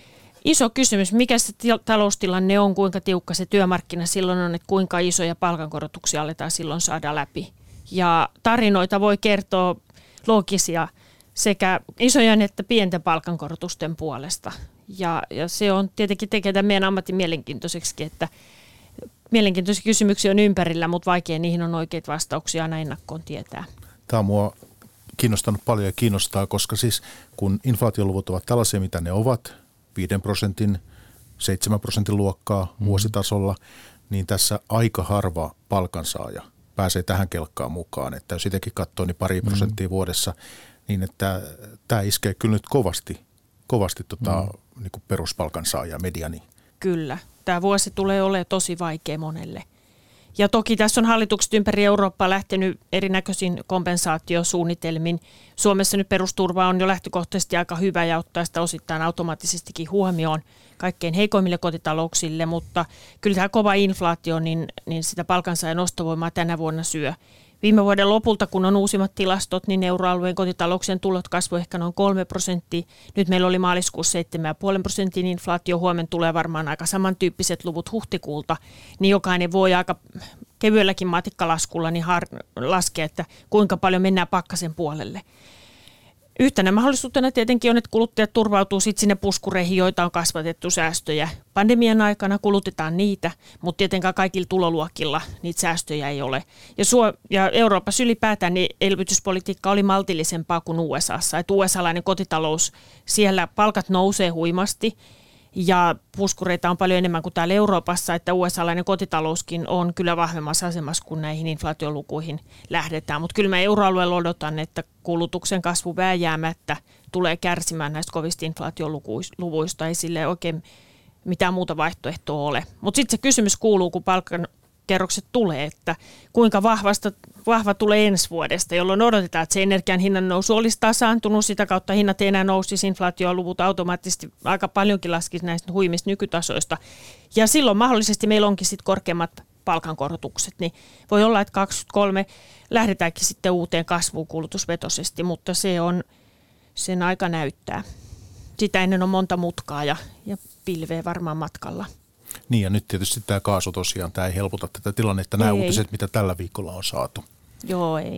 iso kysymys, mikä se taloustilanne on, kuinka tiukka se työmarkkina silloin on, että kuinka isoja palkankorotuksia aletaan silloin saada läpi. Ja tarinoita voi kertoa loogisia sekä isojen että pienten palkankorotusten puolesta. Ja, ja se on tietenkin tekee meidän ammatin mielenkiintoiseksi, että mielenkiintoisia kysymyksiä on ympärillä, mutta vaikea niihin on oikeita vastauksia aina ennakkoon tietää. Tämä on mua kiinnostanut paljon ja kiinnostaa, koska siis kun inflaatioluvut ovat tällaisia, mitä ne ovat, viiden prosentin, seitsemän prosentin luokkaa mm-hmm. vuositasolla, niin tässä aika harva palkansaaja pääsee tähän kelkkaan mukaan. Että jos itsekin katsoo, niin pari prosenttia mm-hmm. vuodessa, niin että tämä iskee kyllä nyt kovasti, kovasti tota, mm. niin kuin peruspalkansaaja mediani. Kyllä. Tämä vuosi tulee olemaan tosi vaikea monelle. Ja toki tässä on hallitukset ympäri Eurooppaa lähtenyt erinäköisiin kompensaatiosuunnitelmiin. Suomessa nyt perusturva on jo lähtökohtaisesti aika hyvä ja ottaa sitä osittain automaattisestikin huomioon kaikkein heikoimmille kotitalouksille, mutta kyllä tämä kova inflaatio, niin, niin sitä palkansaajan ostovoimaa tänä vuonna syö. Viime vuoden lopulta, kun on uusimmat tilastot, niin euroalueen kotitalouksien tulot kasvoi ehkä noin kolme prosenttia. Nyt meillä oli maaliskuussa seitsemän pilkku viisi prosentin inflaatio. Huomenna tulee varmaan aika samantyyppiset luvut huhtikuulta. Niin jokainen voi aika kevyelläkin matikkalaskulla niin har- laskea, että kuinka paljon mennään pakkasen puolelle. Yhtenä mahdollisuutena tietenkin on, että kuluttajat turvautuu sitten sinne puskureihin, joita on kasvatettu säästöjä. Pandemian aikana kulutetaan niitä, mutta tietenkään kaikilla tuloluokilla niitä säästöjä ei ole. Ja, Suo- ja Euroopassa ylipäätään niin elvytyspolitiikka oli maltillisempaa kuin U S A:ssa. Että U S A-lainen kotitalous, siellä palkat nousee huimasti ja puskureita on paljon enemmän kuin täällä Euroopassa, että U S A-lainen kotitalouskin on kyllä vahvemmassa asemassa, kun näihin inflaatiolukuihin lähdetään. Mutta kyllä mä euroalueella odotan, että kulutuksen kasvu vääjäämättä tulee kärsimään näistä kovista inflaatioluvuista. Ei sille oikein mitään muuta vaihtoehtoa ole. Mutta sitten se kysymys kuuluu, kun palkan, kerrokset tulee, että kuinka vahvasta, vahva tulee ensi vuodesta, jolloin odotetaan, että se energian hinnan nousu olisi tasaantunut, sitä kautta hinnat ei enää nousisi, inflaatioluvut automaattisesti aika paljonkin laskisi näistä huimista nykytasoista. Ja silloin mahdollisesti meillä onkin sitten korkeammat palkankorotukset, niin voi olla, että kaksikymmentäkolme lähdetäänkin sitten uuteen kasvuun kulutusvetoisesti, mutta se on, sen aika näyttää. Sitä ennen on monta mutkaa ja, ja pilveä varmaan matkalla. Niin ja nyt tietysti tämä kaasu tosiaan, tämä ei helpota tätä tilannetta, nämä ei. uutiset, mitä tällä viikolla on saatu. Joo, ei.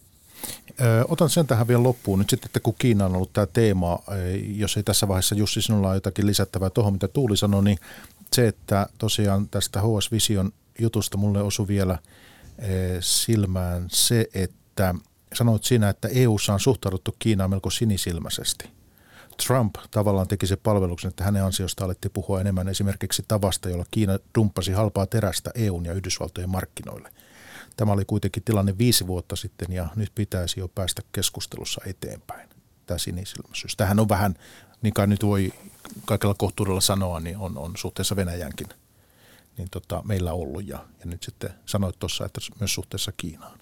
Ö, otan sen tähän vielä loppuun. Nyt sitten, että kun Kiina on ollut tämä teema, jos ei tässä vaiheessa Jussi sinulla ole jotakin lisättävää tuohon, mitä Tuuli sanoi, niin se, että tosiaan tästä H S Vision jutusta mulle osui vielä silmään se, että sanoit siinä, että E U:ssa on suhtauduttu Kiinaan melko sinisilmäisesti. Trump tavallaan teki se palveluksen, että hänen ansiosta alettiin puhua enemmän esimerkiksi tavasta, jolla Kiina dumppasi halpaa terästä E U:n ja Yhdysvaltojen markkinoille. Tämä oli kuitenkin tilanne viisi vuotta sitten ja nyt pitäisi jo päästä keskustelussa eteenpäin. Tämä sinisilmäisyys. Tämähän on vähän, niin kai nyt voi kaikella kohtuudella sanoa, niin on, on suhteessa Venäjänkin niin tota, meillä ollut ja, ja nyt sitten sanoit tuossa, että myös suhteessa Kiinaan.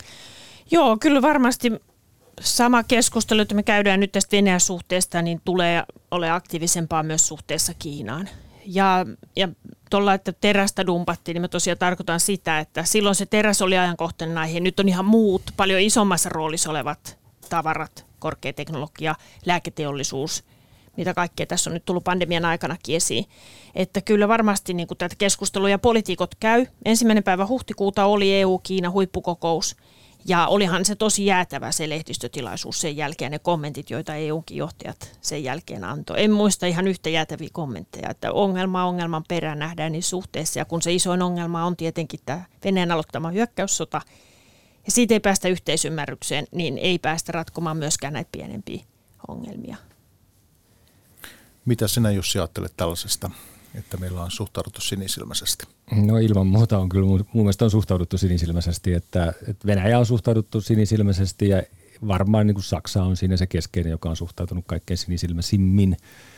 Joo, kyllä varmasti sama keskustelu, jota me käydään nyt tästä Venäjän suhteesta, niin tulee ole aktiivisempaa myös suhteessa Kiinaan. Ja, ja tuolla, että terästä dumpattiin, niin mä tosiaan tarkoitan sitä, että silloin se teräs oli ajankohtainen aihe. Nyt on ihan muut, paljon isommassa roolissa olevat tavarat, korkeateknologia, lääketeollisuus, mitä kaikkea tässä on nyt tullut pandemian aikanakin esiin. Että kyllä varmasti niin kuin tätä keskustelua ja poliitikot käy. Ensimmäinen päivä huhtikuuta oli E U-Kiina huippukokous. Ja olihan se tosi jäätävä se lehdistötilaisuus sen jälkeen, ne kommentit, joita E U:nkin johtajat sen jälkeen antoi. En muista ihan yhtä jäätäviä kommentteja, että ongelma ongelman perään nähdään niissä suhteessa. Ja kun se isoin ongelma on tietenkin tämä Venäjän aloittama hyökkäyssota, ja siitä ei päästä yhteisymmärrykseen, niin ei päästä ratkomaan myöskään näitä pienempiä ongelmia. Mitä sinä, Jussi, ajattelet tällaisesta, että meillä on suhtauduttu sinisilmäisesti? No ilman muuta on kyllä, mun mielestä on suhtauduttu sinisilmäisesti, että, että Venäjä on suhtauduttu sinisilmäisesti ja varmaan niin kuin Saksa on siinä se keskeinen, joka on suhtautunut kaikkein sinisilmäisimmin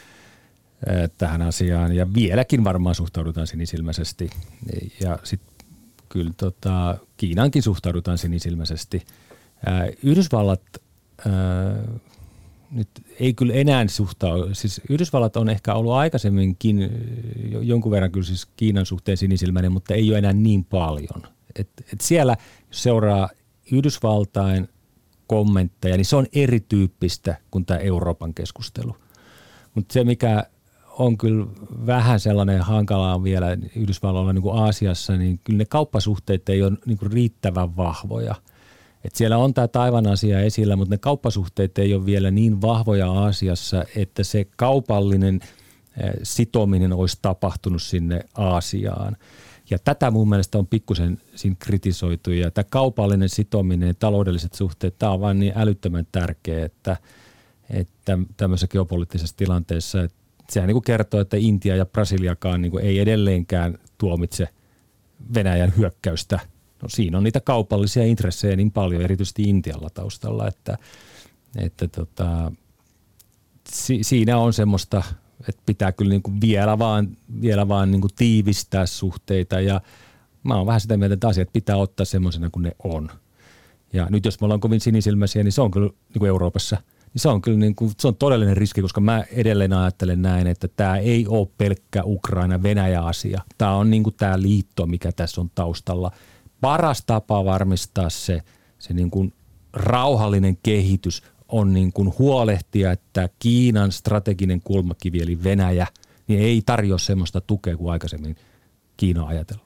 tähän asiaan ja vieläkin varmaan suhtaudutaan sinisilmäisesti ja sitten kyllä tota, Kiinaankin suhtaudutaan sinisilmäisesti. Ää, Yhdysvallat ää, nyt ei kyllä enää suhtaudu, siis Yhdysvallat on ehkä ollut aikaisemminkin jonkun verran kyllä siis Kiinan suhteen sinisilmäinen, mutta ei ole enää niin paljon. Et, et siellä, jos seuraa Yhdysvaltain kommentteja, niin se on erityyppistä kuin tämä Euroopan keskustelu. Mutta se, mikä on kyllä vähän sellainen hankalaa vielä Yhdysvalloilla niin kuin Aasiassa, niin kyllä ne kauppasuhteet ei ole niin kuin riittävän vahvoja. Et siellä on tämä Taiwan asia esillä, mutta ne kauppasuhteet ei ole vielä niin vahvoja Aasiassa, että se kaupallinen sitominen olisi tapahtunut sinne Aasiaan. Ja tätä mun mielestä on pikkusen siinä kritisoitu. Ja tämä kaupallinen sitominen ja taloudelliset suhteet, tämä on vain niin älyttömän tärkeä, että, että tämmöisessä geopoliittisessa tilanteessa, että sehän niin kuin kertoo, että Intia ja Brasiliakaan niin kuin ei edelleenkään tuomitse Venäjän hyökkäystä. No siinä on niitä kaupallisia intressejä niin paljon, erityisesti Intialla taustalla, että, että tota, si, siinä on semmoista, että pitää kyllä niin kuin vielä vaan, vielä vaan niin kuin tiivistää suhteita ja mä oon vähän sitä mieltä, että asiat pitää ottaa semmoisena kuin ne on. Ja nyt jos me ollaan kovin sinisilmäisiä, niin se on kyllä niin kuin Euroopassa, niin se on kyllä niin kuin, se on todellinen riski, koska mä edelleen ajattelen näin, että tämä ei ole pelkkä Ukraina-Venäjä-asia. Tämä on niin kuin tämä liitto, mikä tässä on taustalla. Paras tapa varmistaa se, se niin kuin rauhallinen kehitys on niin kuin huolehtia, että Kiinan strateginen kulmakivi eli Venäjä niin ei tarjoa semmoista tukea kuin aikaisemmin Kiina on ajatellut.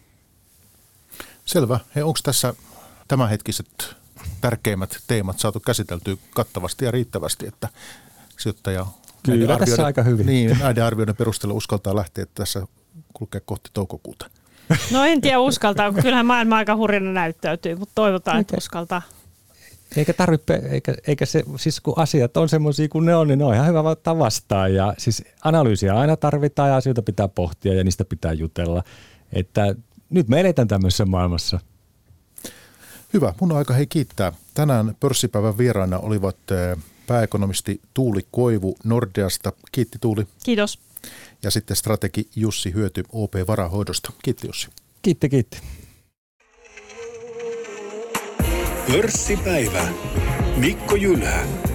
Selvä. Hei, onko tässä tämänhetkiset tärkeimmät teemat saatu käsiteltyä kattavasti ja riittävästi, että sijoittaja Kyllä tässä aika hyvin. Niin, näiden arvioiden perusteella uskaltaa lähteä tässä kulkea kohti toukokuuta. No en tiedä uskaltaa, kun kyllähän maailma aika hurjana näyttäytyy, mutta toivotaan, että uskaltaa. Eikä tarvitse, eikä, eikä se, siis kun asiat on semmoisia kuin ne on, niin ne on ihan hyvä ottaa vastaan. Ja siis analyysiä aina tarvitaan ja asioita pitää pohtia ja niistä pitää jutella. Että nyt me eletään tämmöisessä maailmassa. Hyvä, mun on aika hei kiittää. Tänään pörssipäivän vieraana olivat pääekonomisti Tuuli Koivu Nordeasta. Kiitti Tuuli. Kiitos. Ja sitten strategi Jussi Hyöty O P-varahoidosta. Kiitti Jussi. Kiitti, kiitti. Pörssipäivä. Mikko Jylhä.